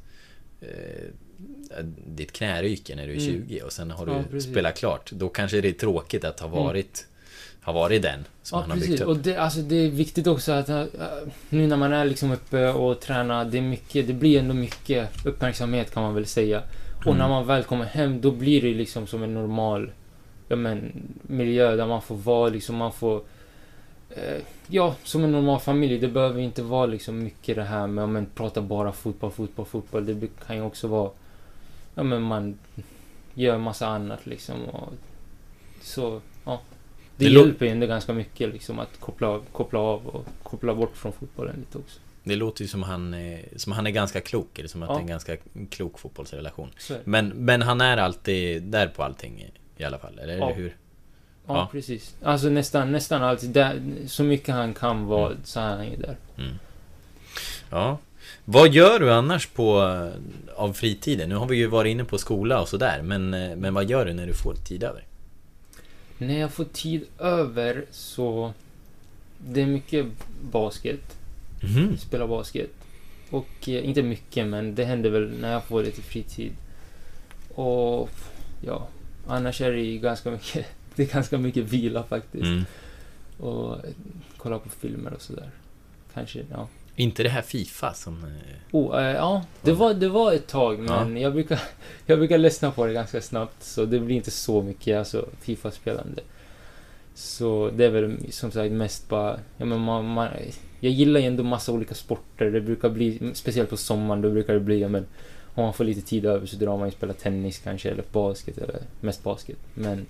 ditt knä ryker när du är 20 och sen har du spelat klart, då kanske det är tråkigt att ha varit den som han har byggt upp. Och det är viktigt också att nu när man är liksom uppe och tränar, det blir ändå mycket uppmärksamhet, kan man väl säga. Och när man väl kommer hem, då blir det liksom som en normal miljö där man får vara liksom, man får som en normal familj. Det behöver inte vara liksom mycket det här med att prata bara fotboll. Det kan ju också vara man gör en massa annat liksom, och så det hjälper ju ändå ganska mycket liksom, att koppla av och koppla bort från fotbollen lite också. Det låter ju som han är ganska klok, eller som att det är en ganska klok fotbollsrelation. Men han är alltid där på allting i alla fall, eller hur? Ja, precis. Alltså nästan alltid där, så mycket han kan vara, så är han ju där. Ja. Vad gör du annars av fritiden? Nu har vi ju varit inne på skola och sådär, men vad gör du när du får tid över? När jag får tid över, så det är mycket basket. Spela basket. Och inte mycket, men det händer väl när jag får lite fritid. Och annars är det ganska mycket vila faktiskt. Och kolla på filmer och sådär. Kanske, Inte det här FIFA som... det var ett tag, men jag brukar ledsna på det ganska snabbt, så det blir inte så mycket alltså FIFA-spelande. Så det är väl som sagt mest bara... jag gillar ju ändå massa olika sporter. Det brukar bli, speciellt på sommaren, då brukar det bli, om man får lite tid över så drar man ju spela tennis kanske, eller basket, eller mest basket. Men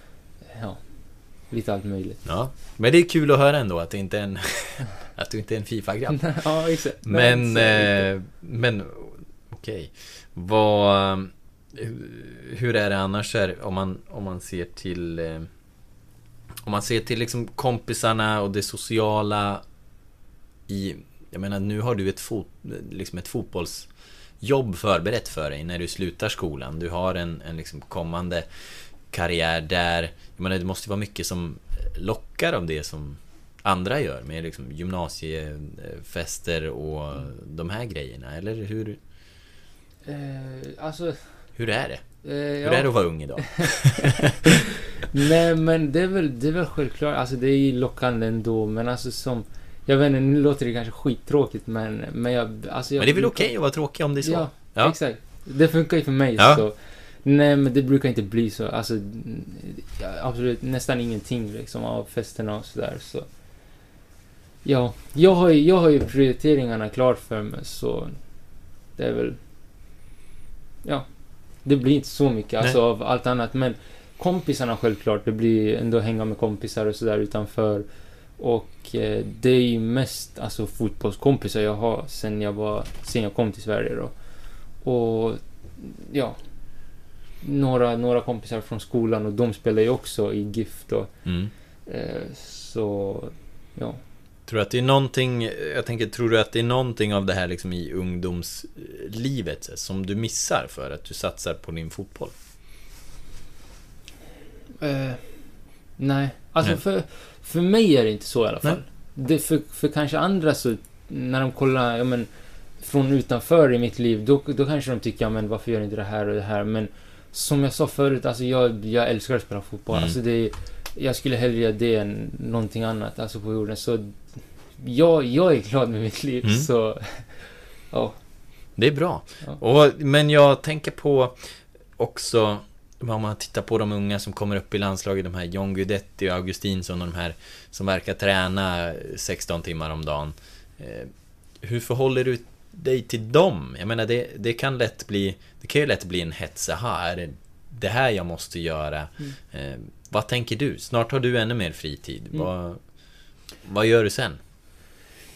lite allt möjligt. Ja, men det är kul att höra ändå att det inte är en att du inte är en FIFA-grabb. Ja, exakt. Men okej. Hur är det annars om man ser till liksom kompisarna och det sociala jag menar, nu har du ett fotbollsjobb förberett för dig när du slutar skolan. Du har en liksom kommande karriär där. Jag menar, det måste vara mycket som lockar av det som andra gör med liksom gymnasiefester och de här grejerna, eller hur? Hur är det? Hur är det att vara ung idag? Nej, men det är väl självklart. Alltså det är ju lockande ändå, men alltså jag vet inte, nu låter det kanske skittråkigt, men det är väl okej att vara tråkig om det är så. Ja, exakt. Det funkar ju för mig, så. Nej, men det brukar inte bli så. Alltså, absolut nästan ingenting liksom av festerna och sådär. Så jag har ju prioriteringarna klart för mig, så det är väl det blir inte så mycket alltså, av allt annat, men kompisarna självklart, det blir ändå hänga med kompisar och sådär utanför, och det är ju mest alltså fotbollskompisar jag har sen jag kom till Sverige då. Och några kompisar från skolan, och de spelar ju också i GIF då. Så tror du att det är någonting, tror du att det är någonting av det här liksom i ungdomslivet som du missar för att du satsar på din fotboll? Nej, alltså för mig är det inte så i alla fall. Det för kanske andra, så när de kollar från utanför i mitt liv, då kanske de tycker varför gör inte det här och det här, men som jag sa förut, alltså jag älskar att spela fotboll. Alltså jag skulle hellre göra det än någonting annat alltså på jorden, så jag är glad med mitt liv, så det är bra. Men jag tänker på också, om man tittar på de unga som kommer upp i landslaget, de här John Guidetti och Augustinsson och de här som verkar träna 16 timmar om dagen. Hur förhåller du dig till dem? Jag menar, det kan ju lätt bli en hets. Är det här jag måste göra? Vad tänker du? Snart har du ännu mer fritid. Vad gör du sen?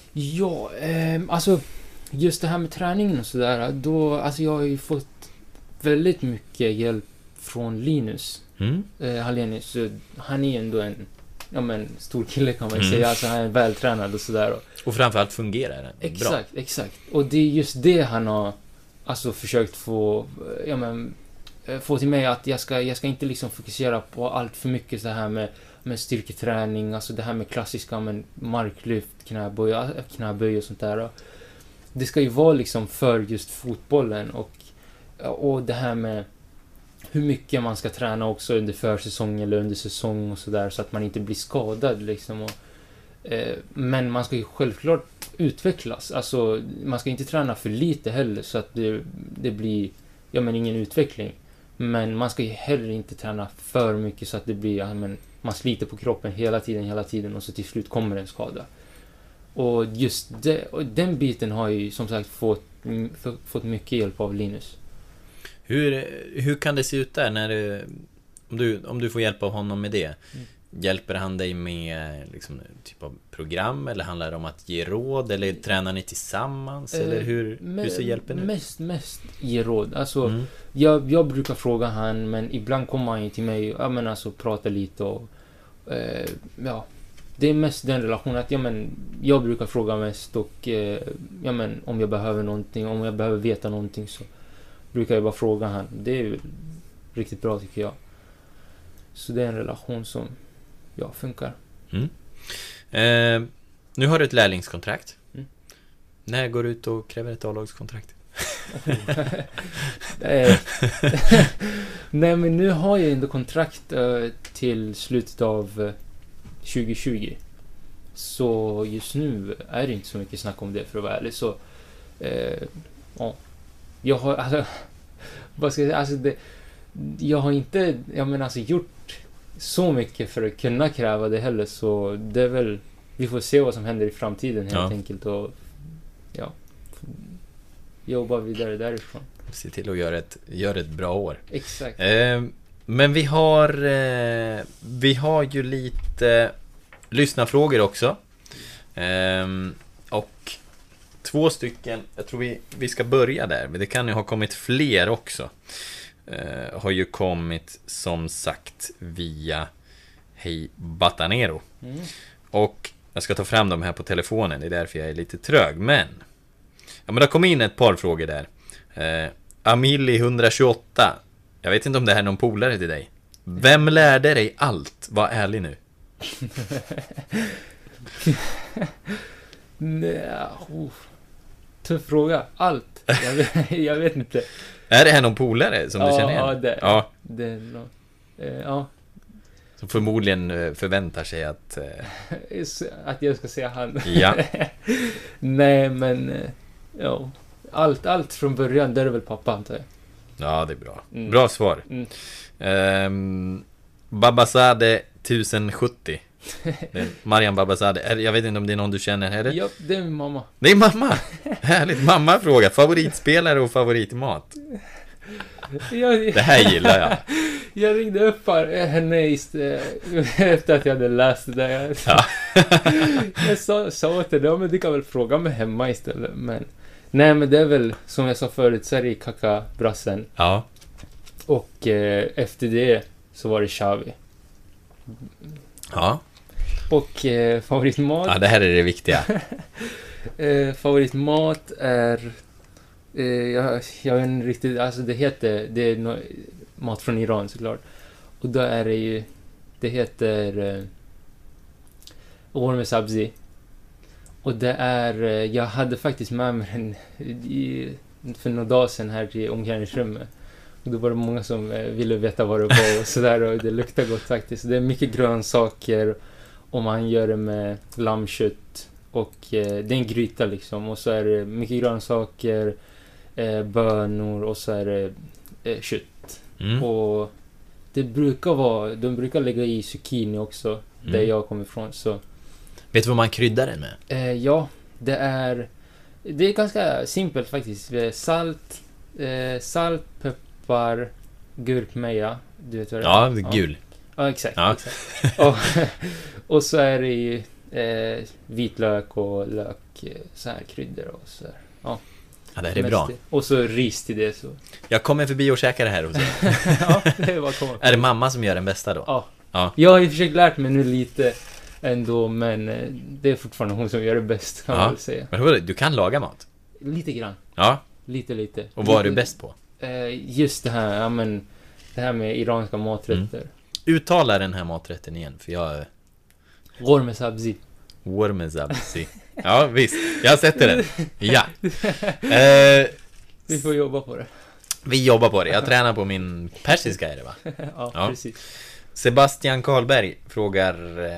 Ja, alltså just det här med träningen och sådär, då, alltså jag har ju fått väldigt mycket hjälp från Linus Hallenius. Han är ändå en stor kille kan man säga, alltså han är vältränad och sådär. Och framförallt fungerar den bra. Exakt. Och det är just det han har alltså försökt få till mig, att jag ska inte liksom fokusera på allt för mycket så här med styrketräning, alltså det här med klassiska marklyft, knäböj och sånt där. Det ska ju vara liksom för just fotbollen och det här med hur mycket man ska träna också under försäsong eller under säsong och sådär, så att man inte blir skadad liksom. Men man ska ju självklart utvecklas, alltså man ska inte träna för lite heller så att det blir ingen utveckling, men man ska ju heller inte träna för mycket så att det blir man sliter på kroppen hela tiden och så till slut kommer en skada. Och just den biten har ju som sagt fått mycket hjälp av Linus. Hur kan det se ut där när om du får hjälp av honom med det? Hjälper han dig med liksom, typ av program, eller handlar det om att ge råd, eller tränar ni tillsammans, eller hur ser hjälpen ut? Mest ge råd. Alltså, jag brukar fråga han, men ibland kommer han till mig och prata lite och det är mest den relationen att jag brukar fråga mest och om jag behöver någonting, om jag behöver veta någonting, så brukar jag bara fråga han. Det är ju riktigt bra tycker jag. Så det är en relation som funkar. Nu har du ett lärlingskontrakt. När går du ut och kräver ett A-lagskontrakt? Nej, men nu har jag ändå kontrakt till slutet av 2020. Så just nu är det inte så mycket snack om det, för att vara ärlig. Så jag har vad ska jag säga, jag har inte gjort så mycket för att kunna kräva det heller, så det är väl, vi får se vad som händer i framtiden helt enkelt, och jobba vidare därifrån. Se till att göra ett bra år. Exakt. Men vi har ju lite lyssnarfrågor också. Och 2 stycken, jag tror vi ska börja där, men det kan ju ha kommit fler också. Har ju kommit som sagt via Hej Batanero. Och jag ska ta fram dem här på telefonen, det är därför jag är lite trög, men det kom in ett par frågor där. Amili 128, jag vet inte om det här är någon polare till dig. Vem lärde dig allt? Var ärlig nu. Tuff fråga. Allt. Jag vet inte. Är det här någon polare som du känner igen? Det är någon. Som förmodligen förväntar sig att jag ska säga han. Ja. Nej, men allt från början, det är väl pappa, antar jag. Ja, det är bra. Bra svar. Babasade 1070. Marian Babasade. Jag vet inte om det är någon du känner, är det? Ja, det är min mamma. Det är mamma. Härligt. Mamma frågar favoritspelare och favoritmat. Det här gillar jag. Jag ringde upp henne efter att jag hade läst det där. Ja. Jag sa till dem, men du kan väl fråga mig hemma istället. Nej, men det är väl, som jag sa förut, så är det Kaka-brassen. Ja. Och efter det så var det Xavi. Ja. Och favoritmat... Ja, det här är det viktiga. Favoritmat är... jag vet inte riktigt... Alltså det är mat från Iran, såklart. Och då är det ju... Det heter... Orme sabzi. Och det är... Jag hade faktiskt med mig den för några dagar sedan här till omklädningsrummet. Och då var det många som ville veta vad det var och sådär, och det luktar gott faktiskt. Det är mycket grönsaker och man gör det med lammkött och det är en gryta liksom, och så är det mycket grönsaker, bönor och så är det kött. Och det brukar vara, de brukar lägga i zucchini också, där jag kommer ifrån. Så. Vet du vad man kryddar den med? Ja, det är ganska simpelt faktiskt. Salt, peppar, gurkmeja, du vet vad det är? Ja, gul. Ja, exakt. Och så är det vitlök och lök och så här kryddor och så här. Ja. Ja, det är bra. Och så ris till det så. Jag kommer förbi och käkar det här hos er. Ja, det var kommer. Är det mamma som gör den bästa då? Ja. Ja. Jag har ju försökt lärt mig nu lite ändå, men det är fortfarande hon som gör det bäst, kan man väl säga. Men du kan laga mat? Lite grann. Ja. Lite. Och vad är du bäst på? Just det här, ja men det här med iranska maträtter. Uttala den här maträtten igen, för jag... Gorme sabzi. Gorme sabzi. Ja, visst. Jag sätter den. Ja. Vi får jobba på det. Vi jobbar på det. Jag tränar på min persiska, är det va? Ja, precis. Sebastian Karlberg frågar...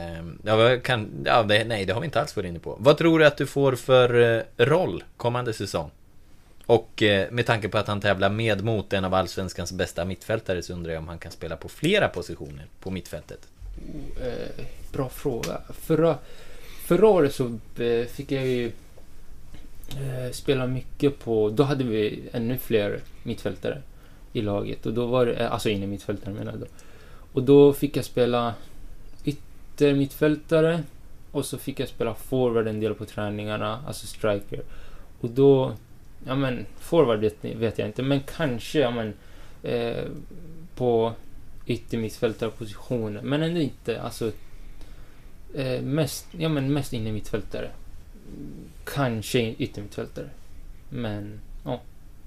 nej, det har vi inte alls varit inne på. Vad tror du att du får för roll kommande säsong? Och med tanke på att han tävlar mot en av allsvenskans bästa mittfältare, så undrar jag om han kan spela på flera positioner på mittfältet. Bra fråga. Förra året så fick jag ju spela mycket på... Då hade vi ännu fler mittfältare i laget. Och då var det... Alltså inne mittfältare menar jag då. Och då fick jag spela yttermittfältare. Och så fick jag spela forward en del på träningarna. Alltså striker. Och då... Ja men, forward vet jag inte. Men kanske, ja men... på yttermittfältarpositionen. Men ändå inte. Alltså... mest inne mittfältare. Kanske yttermittfältare. Men, ja.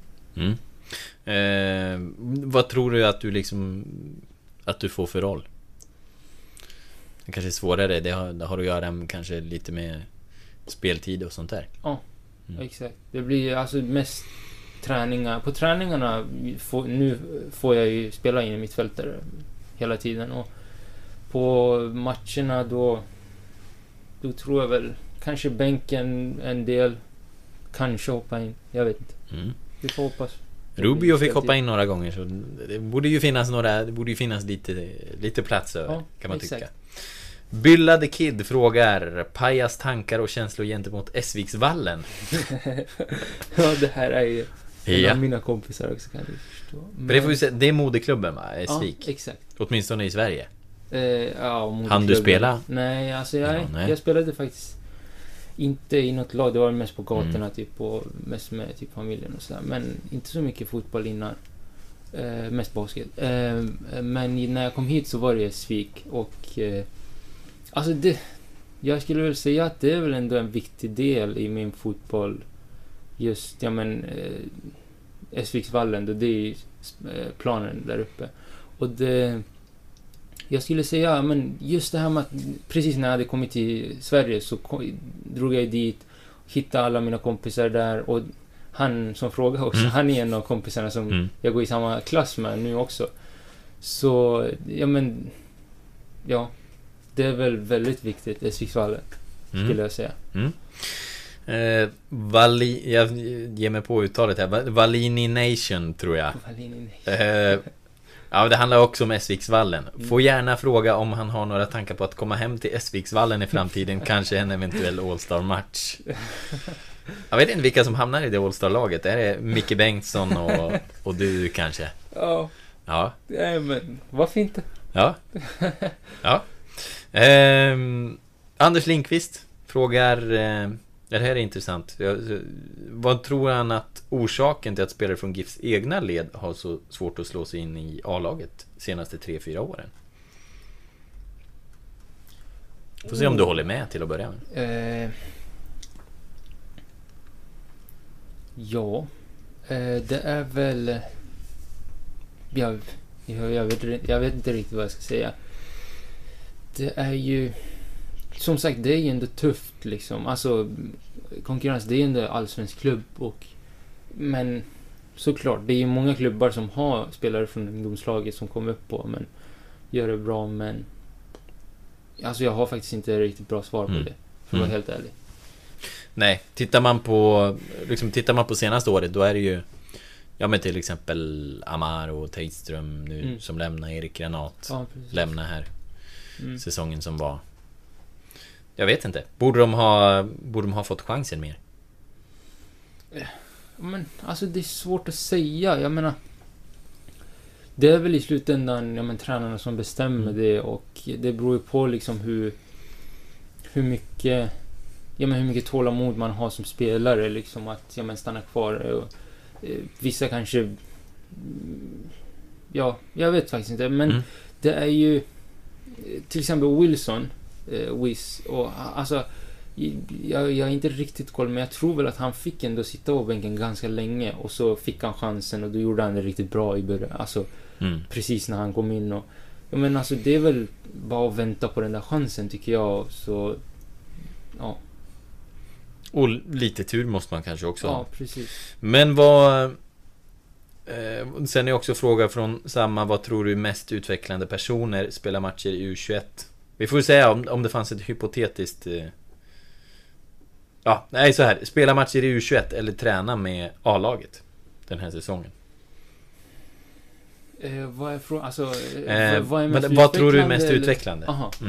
Vad tror du att du liksom... Att du får för roll? Det kanske är svårare. Det har att göra kanske lite med speltid och sånt där. Ja, exakt. Det blir alltså mest träningar. På träningarna nu får jag ju spela in i mittfältare hela tiden. Och på matcherna då tror jag väl kanske bänken en del, kanske hoppa in, jag vet inte. Vi får hoppas. Rubio fick hoppa in några gånger, så det borde ju finnas lite plats över, kan man tycka. Bylla the Kid frågar: Pajas tankar och känslor gentemot Essviksvallen? Ja, det här är ju en av mina kompisar också, kan du förstå. Men det får vi se, det är moderklubben va? Essvik. Ja, exakt. Åtminstone i Sverige. Han du spela? Nej, alltså jag spelade faktiskt inte i något lag. Det var mest på gatorna typ, och mest med typ familjen och sådär. Men inte så mycket fotboll innan. Mest basket. Men när jag kom hit så var det Essvik. Och alltså jag skulle väl säga att det är väl ändå en viktig del i min fotboll. Just, Essviksvallen, det är planen där uppe. Och jag skulle säga, men just det här med att precis när jag hade kommit till Sverige så drog jag dit, hittade alla mina kompisar där, och han som frågade också, han är en av kompisarna som jag går i samma klass med nu också. Så, det är väl väldigt viktigt, Essviksvallen, skulle jag säga. Jag ger mig på uttalet här. Valini Nation, tror jag. Valini Nation. Ja, det handlar också om Essviksvallen. Får gärna fråga om han har några tankar på att komma hem till Essviksvallen i framtiden. Kanske en eventuell All-Star-match. Jag vet inte vilka som hamnar i det All-Star-laget. Är det Micke Bengtsson och du kanske? Ja. Ja. Nej, men varför inte? Ja. Anders Lindqvist frågar... Det här är intressant. Vad tror han att orsaken till att spelare från GIFs egna led har så svårt att slå sig in i A-laget senaste 3-4 åren? Får se om du håller med till att börja med. Det är väl... Jag vet inte riktigt vad jag ska säga. Det är ju... Som sagt, det är ju ändå tufft liksom. Alltså, konkurrens, det är ändå allsvensk klubb. Men såklart, det är ju många klubbar som har spelare från ungdomslaget som kommer upp på, men gör det bra, men alltså jag har faktiskt inte riktigt bra svar på det, för att vara helt ärlig. Nej, tittar man på senaste året, då är det ju till exempel Amar och Teitström nu som lämnar, Erik Granat lämnar här säsongen som var. Jag vet inte. Borde de ha fått chansen mer? Men alltså det är svårt att säga. Jag menar, det är väl i slutändan tränarna som bestämmer det, och det beror ju på liksom hur mycket men hur mycket tålamod man har som spelare liksom, att stanna kvar. Och, vissa kanske, jag vet faktiskt inte, men det är ju till exempel Wilson, Wiz, och alltså jag är inte riktigt koll, men jag tror väl att han fick ändå sitta på bänken ganska länge, och så fick han chansen och då gjorde han det riktigt bra i början, alltså precis när han kom in. Och men alltså det är väl bara att vänta på den där chansen, tycker jag. Så ja. Och lite tur måste man kanske också ha. Ja, precis. Men vad sen är också fråga från samma, vad tror du mest utvecklande personer spelar matcher i U21? Vi får säga om det fanns ett hypotetiskt så här, spela matcher i U21 eller träna med A-laget den här säsongen. Vad är frågan? Alltså, vad tror du är mest utvecklande?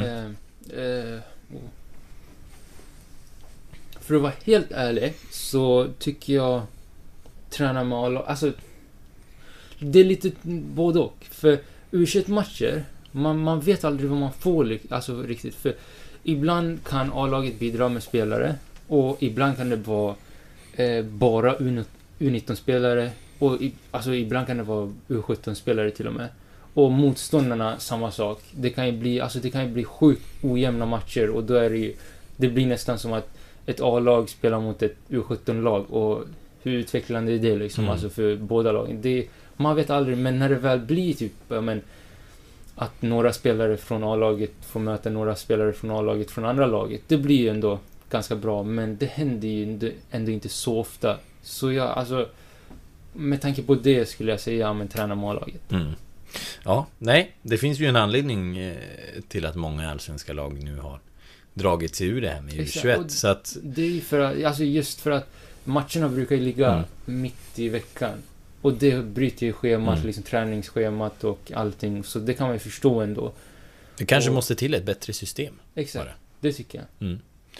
För att vara helt ärlig så tycker jag träna med A-lag, alltså det är lite både och. För U21-matcher, man vet aldrig vad man får alltså riktigt. För ibland kan A-laget bidra med spelare, och ibland kan det vara bara U19-spelare, och alltså ibland kan det vara U17-spelare till och med. Och motståndarna samma sak. Det kan ju bli sjukt ojämna matcher, och då är det blir nästan som att ett A-lag spelar mot ett U17-lag, och hur utvecklande är det liksom, alltså för båda lagen. Man vet aldrig, men när det väl blir typ att några spelare från A-laget får möta några spelare från A-laget från andra laget, det blir ju ändå ganska bra, men det händer ju ändå inte så ofta. Så alltså med tanke på det skulle jag säga, men träna med A-laget. Ja, nej, det finns ju en anledning till att många allsvenska lag nu har dragit sig ur det här med U21, så att det är för att, alltså just för att matcherna brukar ju ligga mitt i veckan, och det bryter ju schemat, liksom träningsschemat och allting, så det kan man ju förstå ändå. Det kanske måste till ett bättre system. Exakt, det tycker jag.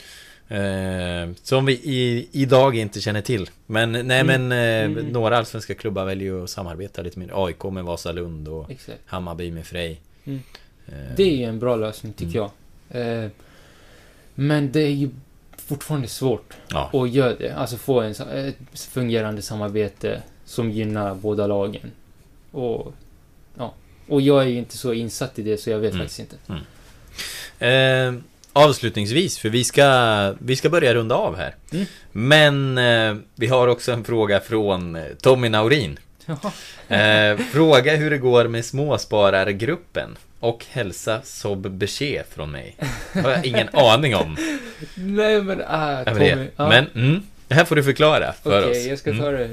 Som vi idag inte känner till. Men några allsvenska klubbar väljer ju att samarbeta lite med AIK med Vasalund och Hammarby med Frej. Det är ju en bra lösning, tycker jag. Men det är ju fortfarande svårt att göra det. Alltså få ett fungerande samarbete som gynnar båda lagen. Och jag är ju inte så insatt i det, så jag vet faktiskt inte. Avslutningsvis, för vi ska börja runda av här. Men vi har också en fråga från Tommy Naurin. Fråga hur det går med småsparargruppen, och hälsa Sob Bechef från mig. Har jag ingen aning om. Nej, men Tommy. Men det här får du förklara för oss. Okej, jag ska ta det.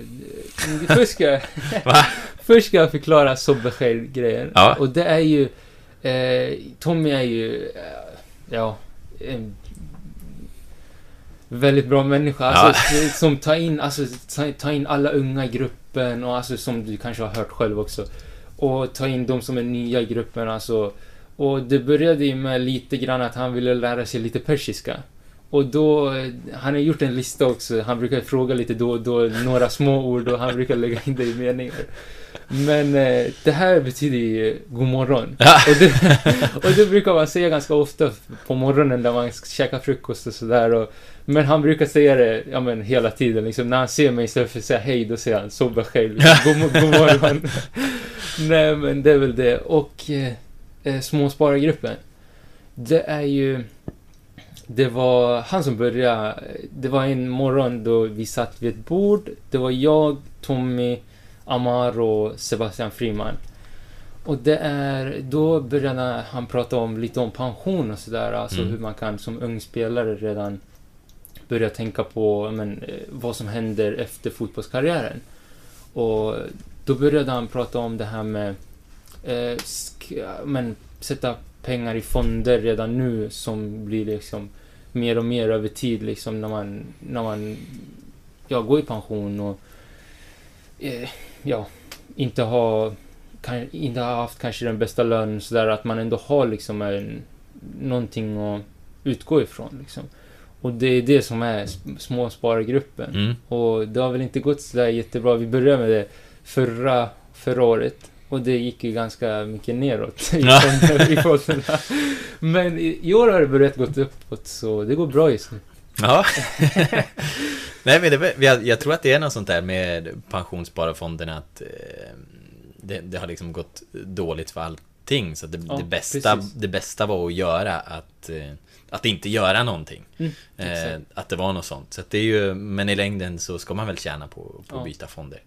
Först ska jag förklara Sob Bechef-grejen. Och det är ju Tommy är ju en väldigt bra människa, alltså, som tar in alla unga i gruppen, och alltså, som du kanske har hört själv också, och ta in de som är nya i gruppen, alltså. Och det började ju med lite grann att han ville lära sig lite persiska, och då han har gjort en lista också. Han brukar fråga lite då och då några små ord, och han brukar lägga in det i meningar. Men det här betyder ju god morgon. Och det brukar man säga ganska ofta på morgonen när man käkar frukost och sådär. Men han brukar säga det hela tiden. Liksom, när han ser mig istället för att säga hej, då säger han Sob Bechef, liksom, god morgon. Nej, men det är väl det. Och småsparargruppen, det var han som började. Det var en morgon då vi satt vid ett bord. Det var jag, Tommy, Amar och Sebastian Friman. Och då började han prata lite om pension och sådär. Alltså hur man kan som ung spelare redan börja tänka på vad som händer efter fotbollskarriären. Och då började han prata om det här med sätta pengar i fonder redan nu, som blir liksom mer och mer över tid, liksom när man går i pension och inte har haft kanske den bästa lönen, så där att man ändå har liksom någonting att utgå ifrån liksom. Och det är det som är småsparargruppen. Och det har väl inte gått så där jättebra. Vi började med det förra året, och det gick ju ganska mycket neråt i fonderna. Men i år har det börjat gått uppåt, så det går bra just nu. Ja. Nej, men jag tror att det är något sånt där med pensionsspararfonderna att det har liksom gått dåligt för allting. Så det bästa var att göra att inte göra någonting. Att det var något sånt. Så att det är ju, men i längden så ska man väl tjäna på att byta fonder.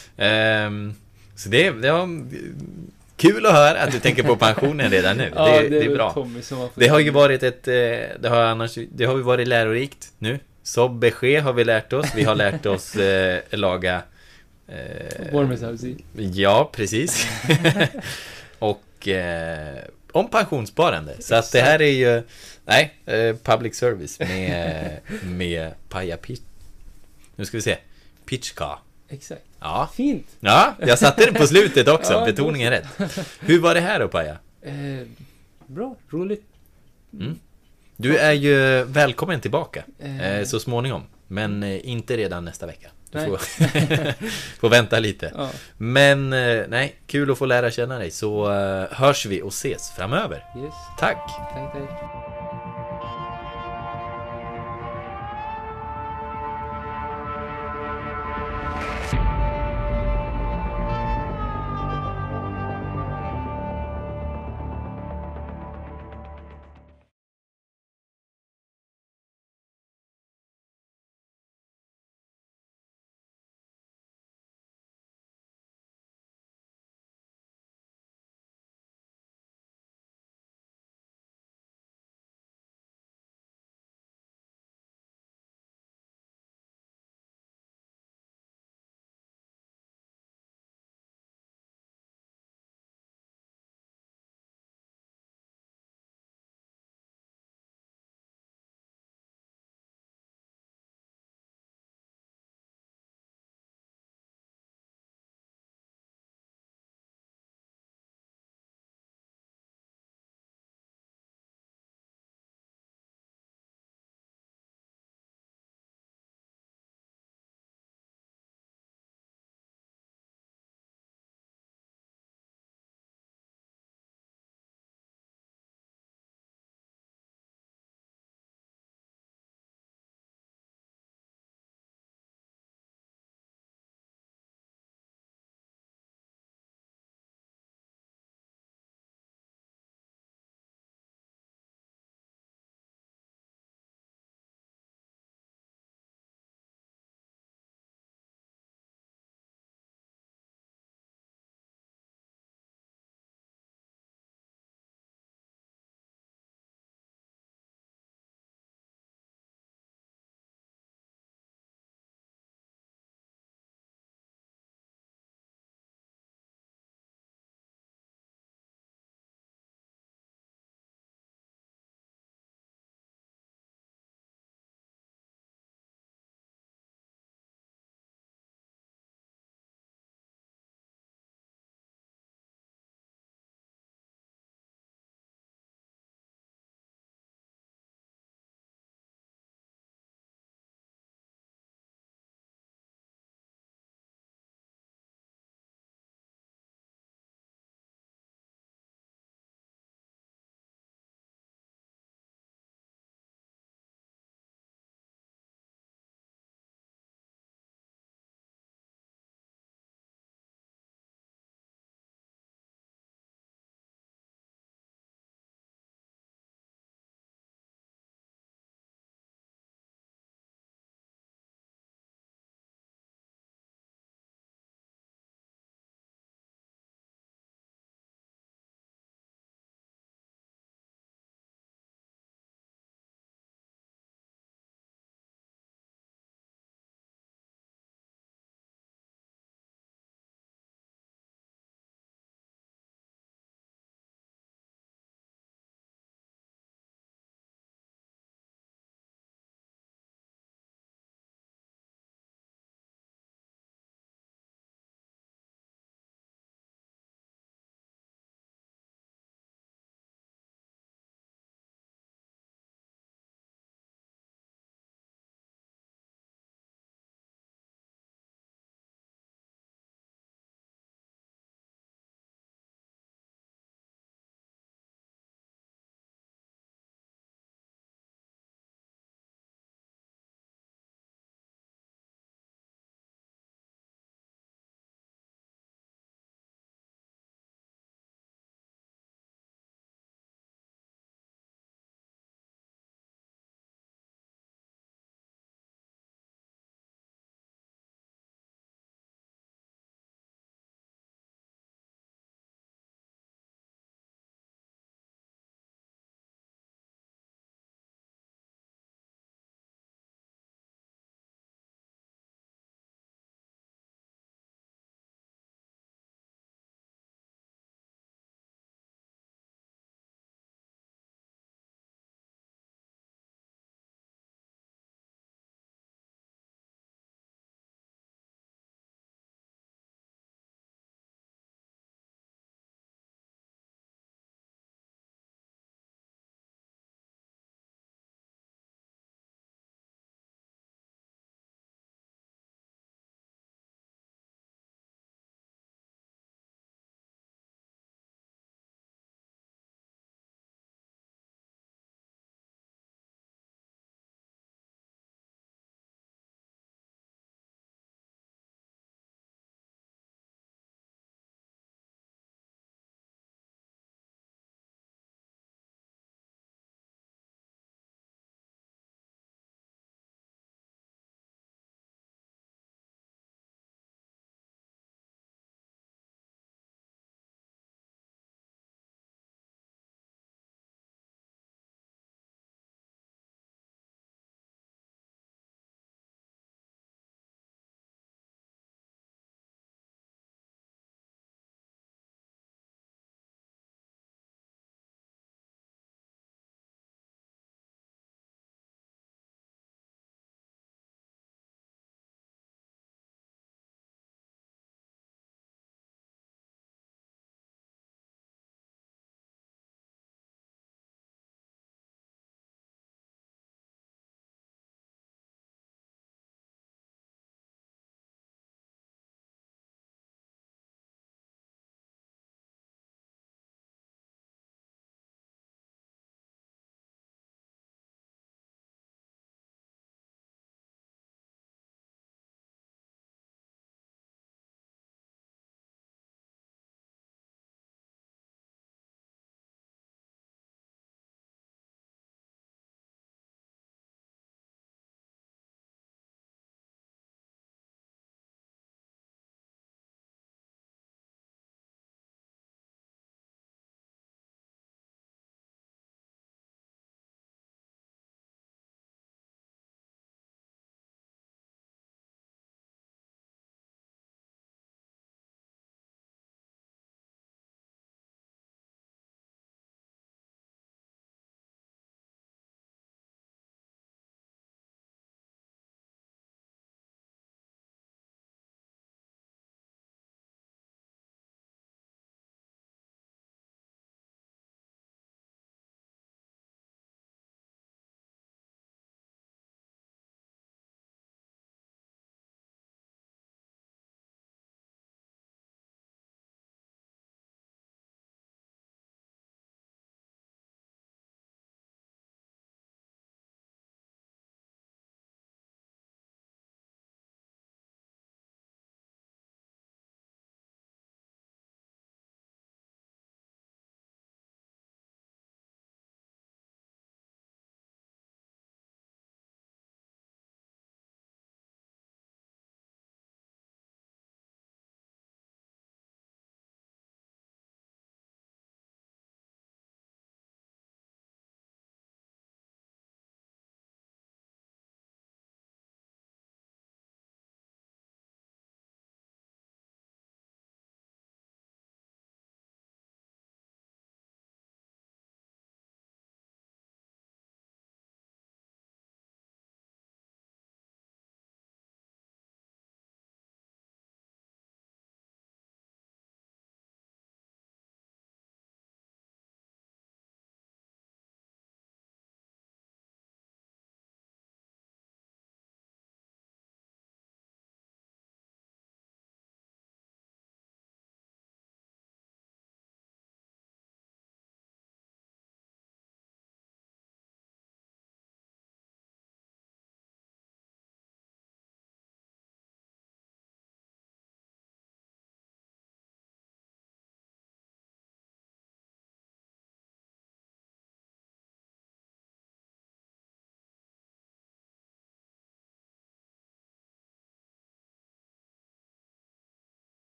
Så det var kul att höra att du tänker på pensionen redan nu. Det är bra. Det har ju varit det har ju varit lärorikt nu. Så besked har vi lärt oss. Vi har lärt oss laga ja, precis. Och om pensionssparande. Så att det här är ju public service med Paja Pitch. Nu ska vi se. Pitchka. Exakt. Ja. Fint. Ja, jag satte den på slutet också. Betoningen rätt. Hur var det här då, Paja? Bra, roligt. Du är ju välkommen tillbaka så småningom. Men inte redan nästa vecka. Du får vänta lite. Ja. Men kul att få lära känna dig. Så hörs vi och ses framöver. Yes. Tack. Tack.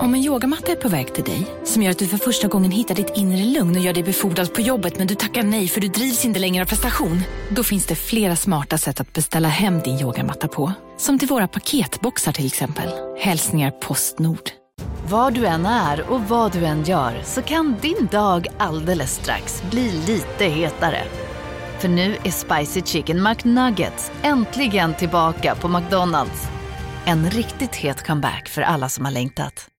Om en yogamatta är på väg till dig, som gör att du för första gången hittar ditt inre lugn och gör dig befordrad på jobbet men du tackar nej för du drivs inte längre av prestation. Då finns det flera smarta sätt att beställa hem din yogamatta på. Som till våra paketboxar till exempel. Hälsningar Postnord. Var du än är och vad du än gör så kan din dag alldeles strax bli lite hetare. För nu är Spicy Chicken McNuggets äntligen tillbaka på McDonald's. En riktigt het comeback för alla som har längtat.